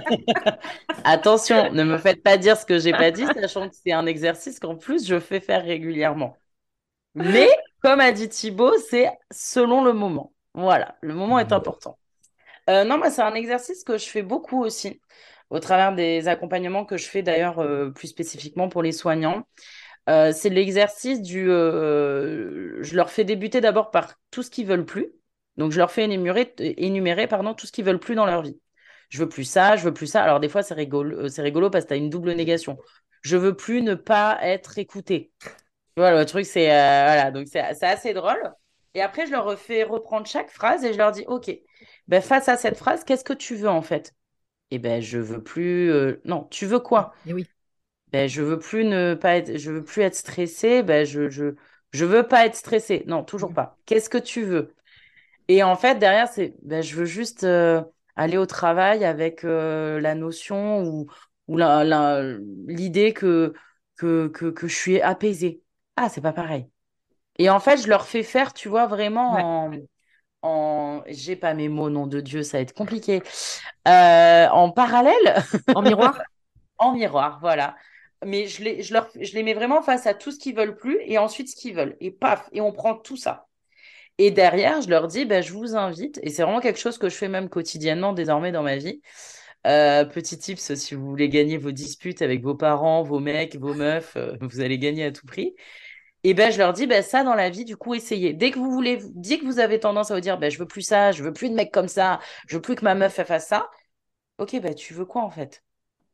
Attention, ne me faites pas dire ce que j'ai pas dit, sachant que c'est un exercice qu'en plus je fais faire régulièrement. Mais, comme a dit Thibaut, c'est selon le moment. Voilà, le moment est Mhm. important. Euh, non, moi, c'est un exercice que je fais beaucoup aussi, au travers des accompagnements que je fais d'ailleurs euh, plus spécifiquement pour les soignants. Euh, c'est l'exercice du... euh, je leur fais débuter d'abord par tout ce qu'ils veulent plus. Donc, je leur fais énumérer, énumérer pardon, tout ce qu'ils veulent plus dans leur vie. Je veux plus ça, je veux plus ça. Alors, des fois, c'est rigolo, euh, c'est rigolo parce que tu as une double négation. Je veux plus ne pas être écouté. Voilà, le truc, c'est... euh, voilà, donc c'est c'est assez drôle. Et après, je leur fais reprendre chaque phrase et je leur dis, OK, ben, face à cette phrase, qu'est-ce que tu veux en fait? Eh ben, je veux plus... euh, Non, tu veux quoi? Et oui. Ben, je veux plus ne pas être, je veux plus être stressée. Ben, je, je, je veux pas être stressée. Non, toujours pas. Qu'est-ce que tu veux? Et en fait, derrière, c'est, ben, je veux juste euh, aller au travail avec euh, la notion ou, ou la, la- l'idée que, que, que, que je suis apaisée. Ah, c'est pas pareil. Et en fait, je leur fais faire, tu vois, Ouais. vraiment en, en... J'ai pas mes mots, nom de Dieu, ça va être compliqué. Euh, en parallèle, En miroir? en miroir, voilà. mais je les, je leur, je les mets vraiment face à tout ce qu'ils veulent plus et ensuite ce qu'ils veulent. Et paf, et on prend tout ça. Et derrière, je leur dis, ben, je vous invite, et c'est vraiment quelque chose que je fais même quotidiennement désormais dans ma vie. Euh, petit tips, si vous voulez gagner vos disputes avec vos parents, vos mecs, vos meufs, euh, vous allez gagner à tout prix. Et ben, je leur dis, ben, ça dans la vie, du coup, essayez. Dès que vous voulez, dès que vous avez tendance à vous dire, ben, je veux plus ça, je veux plus de mecs comme ça, je veux plus que ma meuf elle fasse ça, ok, ben, tu veux quoi en fait?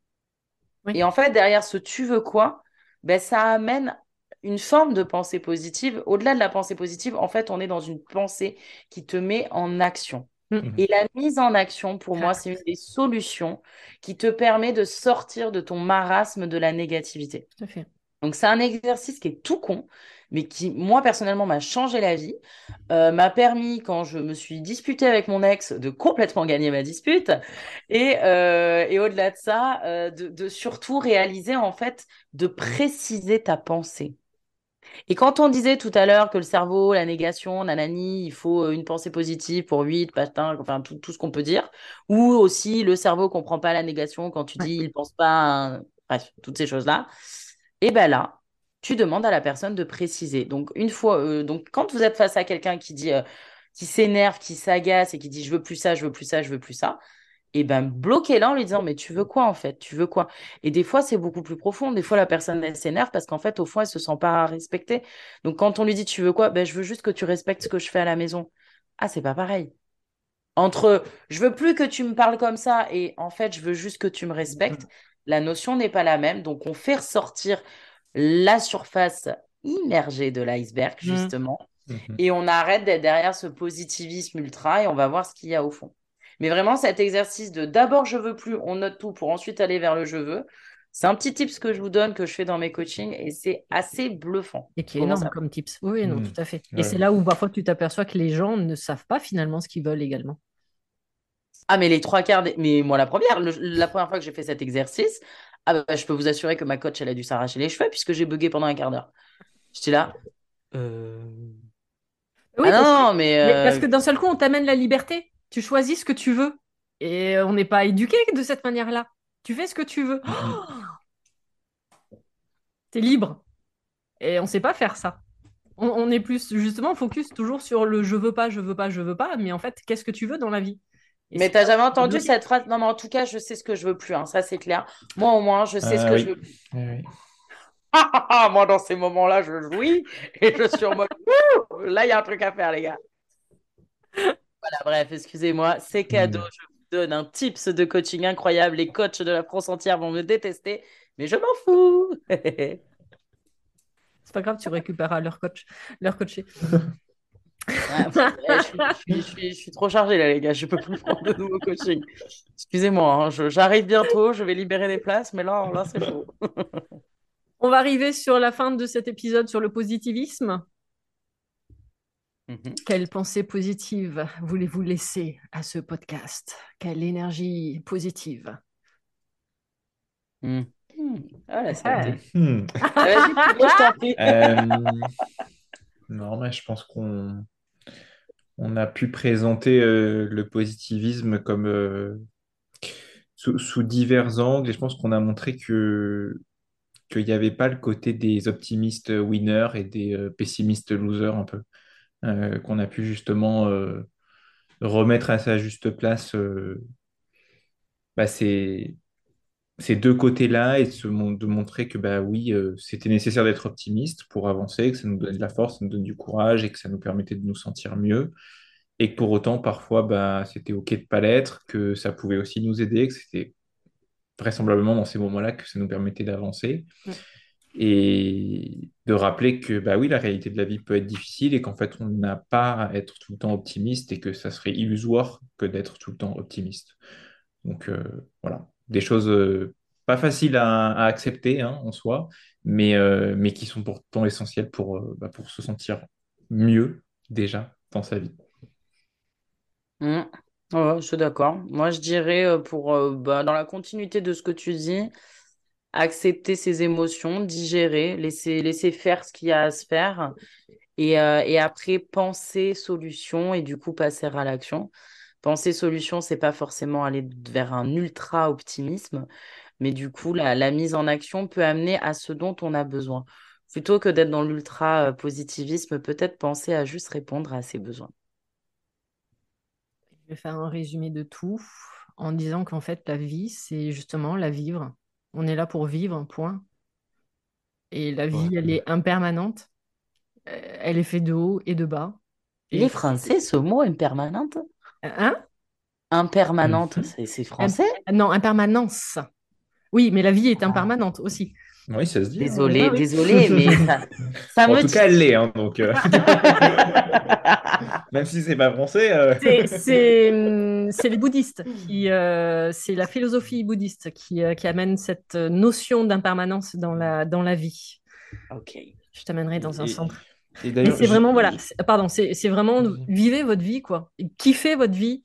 Oui, Et en fait, derrière ce tu veux quoi, ben, ça amène une forme de pensée positive. Au-delà de la pensée positive, en fait, on est dans une pensée qui te met en action. mm, Mhm. Et la mise en action, pour moi, clair, c'est une des solutions qui te permet de sortir de ton marasme de la négativité. tout à fait. Donc, c'est un exercice qui est tout con, mais qui, moi, personnellement, m'a changé la vie, euh, m'a permis, quand je me suis disputée avec mon ex, de complètement gagner ma dispute, et, euh, et au-delà de ça, euh, de, de surtout réaliser, en fait, de préciser ta pensée. Et quand on disait tout à l'heure que le cerveau, la négation, nanani, il faut euh, une pensée positive pour huit, patin, enfin tout, tout ce qu'on peut dire, ou aussi le cerveau comprend pas la négation quand tu Ouais. dis il pense pas, à un- bref, toutes ces choses-là. Et ben là, tu demandes à la personne de préciser. Donc une fois, euh, donc quand vous êtes face à quelqu'un qui dit, euh, qui s'énerve, qui s'agace et qui dit je veux plus ça, je veux plus ça, je veux plus ça, et ben bloquez-la en lui disant mais tu veux quoi en fait? Tu veux quoi? Et des fois c'est beaucoup plus profond. Des fois la personne elle s'énerve parce qu'en fait au fond elle se sent pas respectée. Donc quand on lui dit tu veux quoi? Ben je veux juste que tu respectes ce que je fais à la maison. Ah c'est pas pareil. Entre je veux plus que tu me parles comme ça et en fait je veux juste que tu me respectes, la notion n'est pas la même. Donc on fait ressortir la surface immergée de l'iceberg Mm. justement Mhm. et on arrête d'être derrière ce positivisme ultra et on va voir ce qu'il y a au fond. Mais vraiment, cet exercice de d'abord je veux plus, on note tout pour ensuite aller vers le je veux, c'est un petit tips que je vous donne, que je fais dans mes coachings et c'est assez bluffant Et qui est comment énorme ça. comme tips. Oui, oui, non, tout Mhm. à fait. Et Ouais. c'est là où parfois tu t'aperçois que les gens ne savent pas finalement ce qu'ils veulent également. Ah, mais les trois quarts des... Mais moi, la première, le- la première fois que j'ai fait cet exercice, ah bah, je peux vous assurer que ma coach, elle a dû s'arracher les cheveux puisque j'ai bugué pendant un quart d'heure. J'étais là. euh, Oui, Ah non, parce que, non, mais mais parce euh, que d'un seul coup, on t'amène la liberté. Tu choisis ce que tu veux. Et on n'est pas éduqué de cette manière-là. Tu fais ce que tu veux. Mhm. T'es libre. Et on ne sait pas faire ça. On, on est plus justement focus toujours sur le je veux pas, je veux pas, je veux pas. Mais en fait, qu'est-ce que tu veux dans la vie? Et mais c'est t'as là où jamais tu es entendu bloqué. cette phrase? Non, mais en tout cas, je sais ce que je veux plus, hein, ça c'est clair. Moi, au moins, je sais ce Ah que je oui. veux plus. Oui, oui. Moi, dans ces moments-là, je jouis et je suis en mode, Wouh, là, il y a un truc à faire, les gars. Voilà, bref, excusez-moi, c'est cadeau. Mhm. Je vous donne un tips de coaching incroyable. Les coachs de la France entière vont me détester, mais je m'en fous. C'est pas grave, tu récupéreras leur coach, leur coaché. Ouais, pff, eh, je suis, je suis- je suis- je suis trop chargée là, les gars. Je peux plus prendre de nouveaux coachings. Excusez-moi, hein, je- j'arrive bientôt. Je vais libérer des places, mais là, là, c'est chaud. On va arriver sur la fin de cet épisode sur le positivisme. Mhm. Quelle pensée positive voulez-vous laisser à ce podcast? Quelle énergie positive? Mhm. Ah, la Ah. santé. Mhm. Ah, vas-y, Thibaut, je t'en prie. Euh, non, mais je pense qu'on on a pu présenter euh, le positivisme comme euh, sous, sous divers angles et je pense qu'on a montré que qu'il n'y avait pas le côté des optimistes winners et des euh, pessimistes losers un peu. Euh, qu'on a pu justement euh, remettre à sa juste place euh, bah, ces, ces deux côtés-là et de, se mon- de montrer que bah oui, euh, c'était nécessaire d'être optimiste pour avancer, que ça nous donne de la force, ça nous donne du courage et que ça nous permettait de nous sentir mieux. Et que pour autant, parfois, bah, c'était OK de pas l'être, que ça pouvait aussi nous aider, que c'était vraisemblablement dans ces moments-là que ça nous permettait d'avancer. Et de rappeler que bah oui, la réalité de la vie peut être difficile et qu'en fait, on n'a pas à être tout le temps optimiste et que ça serait illusoire que d'être tout le temps optimiste. Donc euh, voilà, des choses euh, pas faciles à, à accepter hein, en soi, mais, euh, mais qui sont pourtant essentielles pour, euh, bah, pour se sentir mieux déjà dans sa vie. Mhm. Ouais, je suis d'accord. Moi, je dirais, euh, pour, euh, bah, dans la continuité de ce que tu dis, accepter ses émotions, digérer, laisser, laisser faire ce qu'il y a à se faire. Et, euh, et après, penser solution et du coup passer à l'action. Penser solution, c'est pas forcément aller vers un ultra optimisme, Mais du coup, la, la mise en action peut amener à ce dont on a besoin. Plutôt que d'être dans l'ultra-positivisme, peut-être penser à juste répondre à ses besoins. Je vais faire un résumé de tout en disant qu'en fait, la vie, c'est justement la vivre. On est là pour vivre, point. Et la vie, elle est impermanente. Euh, Elle est faite de haut et de bas. Il est Et français, ce mot, impermanente? hein? Impermanente, Mhm. c'est c'est Im- français? Non, impermanence. Oui, mais la vie est Ah, impermanente aussi. Oui, ça se dit, hein, oui. désolé, Ah oui. désolé, mais ça, ça En me tout cas, elle titille. l'est, hein, donc euh, même si c'est pas français. euh, C'est c'est, hum, c'est les bouddhistes qui, euh, c'est la philosophie bouddhiste qui, euh, qui amène cette notion d'impermanence dans la, dans la vie. Ok. Je t'amènerai dans un Et, et- centre. et Mais d'ailleurs, c'est j'ai- vraiment, voilà, j'ai- c'est- pardon, c'est c'est vraiment vivez votre vie, quoi. Kiffez votre vie.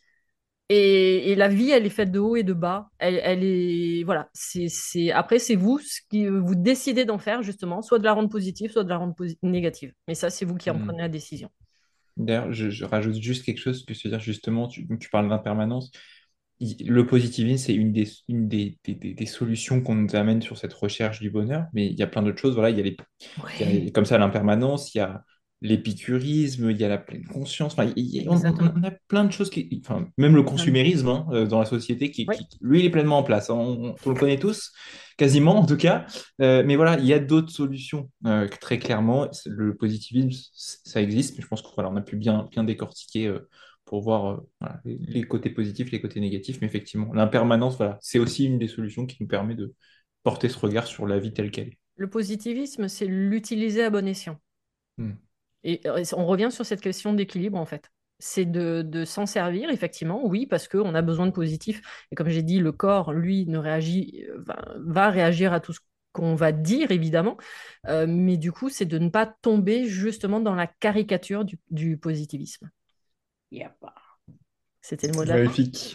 Et, et la vie, elle est faite de haut et de bas. Elle, elle est, voilà, c'est, c'est, après, c'est vous ce qui vous décidez d'en faire, justement, soit de la rendre positive, soit de la rendre posi- négative. Mais ça, c'est vous qui en Hmm. prenez la décision. D'ailleurs, je, je rajoute juste quelque chose que c'est-à-dire justement, tu, tu parles d'impermanence. Il- Le positivisme, c'est une des, une des, des, des- des solutions qu'on nous amène sur cette recherche du bonheur, mais il y a plein d'autres choses. Voilà, il y a les, il y a Oui, comme ça l'impermanence, il y a l'épicurisme, il y a la pleine conscience. Enfin, il y a- on, on- exactement. on a plein de choses qui, enfin, même le Plein de- consumérisme hein, euh, dans la société, qui, Oui, qui- lui, il est pleinement en place. Hein. On, on le connaît tous, quasiment en tout cas. Euh, mais voilà, il y a d'autres solutions euh, que très clairement. Le positivisme, c- ça existe, mais je pense qu'on voilà, on a pu bien, bien décortiquer. Euh, pour voir euh, voilà, les les côtés positifs, les côtés négatifs. Mais effectivement, l'impermanence, voilà, c'est aussi une des solutions qui nous permet de porter ce regard sur la vie telle qu'elle est. le positivisme, c'est l'utiliser à bon escient. Hmm. Et euh, on revient sur cette question d'équilibre, en fait. C'est de, de s'en servir, effectivement, oui, parce qu'on a besoin de positif. Et comme j'ai dit, le corps, lui, ne réagit, euh, va, va réagir à tout ce qu'on va dire, évidemment. Euh, mais du coup, c'est de ne pas tomber justement dans la caricature du, du positivisme. Y a pas. C'était le mot de la fin. Magnifique.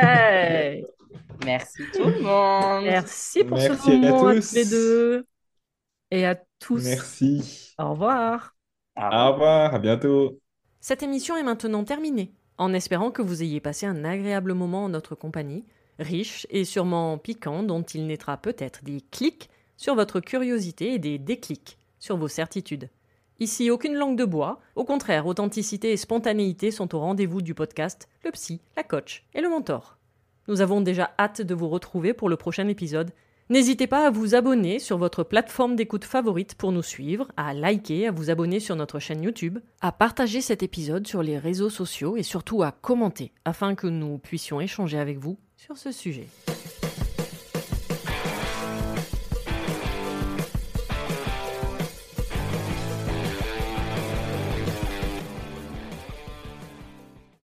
Hey. Merci tout le monde. Merci pour ce Merci à moment à tous les tous. deux et à tous. Merci. Au revoir. Au Au revoir. revoir, à bientôt. Cette émission est maintenant terminée, en espérant que vous ayez passé un agréable moment en notre compagnie, riche et sûrement piquant, dont il naîtra peut-être des clics sur votre curiosité et des déclics sur vos certitudes. Ici, aucune langue de bois, au contraire, authenticité et spontanéité sont au rendez-vous du podcast Le Psy, la Coach et le Mentor. Nous avons déjà hâte de vous retrouver pour le prochain épisode. N'hésitez pas à vous abonner sur votre plateforme d'écoute favorite pour nous suivre, à liker, à vous abonner sur notre chaîne YouTube, à partager cet épisode sur les réseaux sociaux et surtout à commenter afin que nous puissions échanger avec vous sur ce sujet.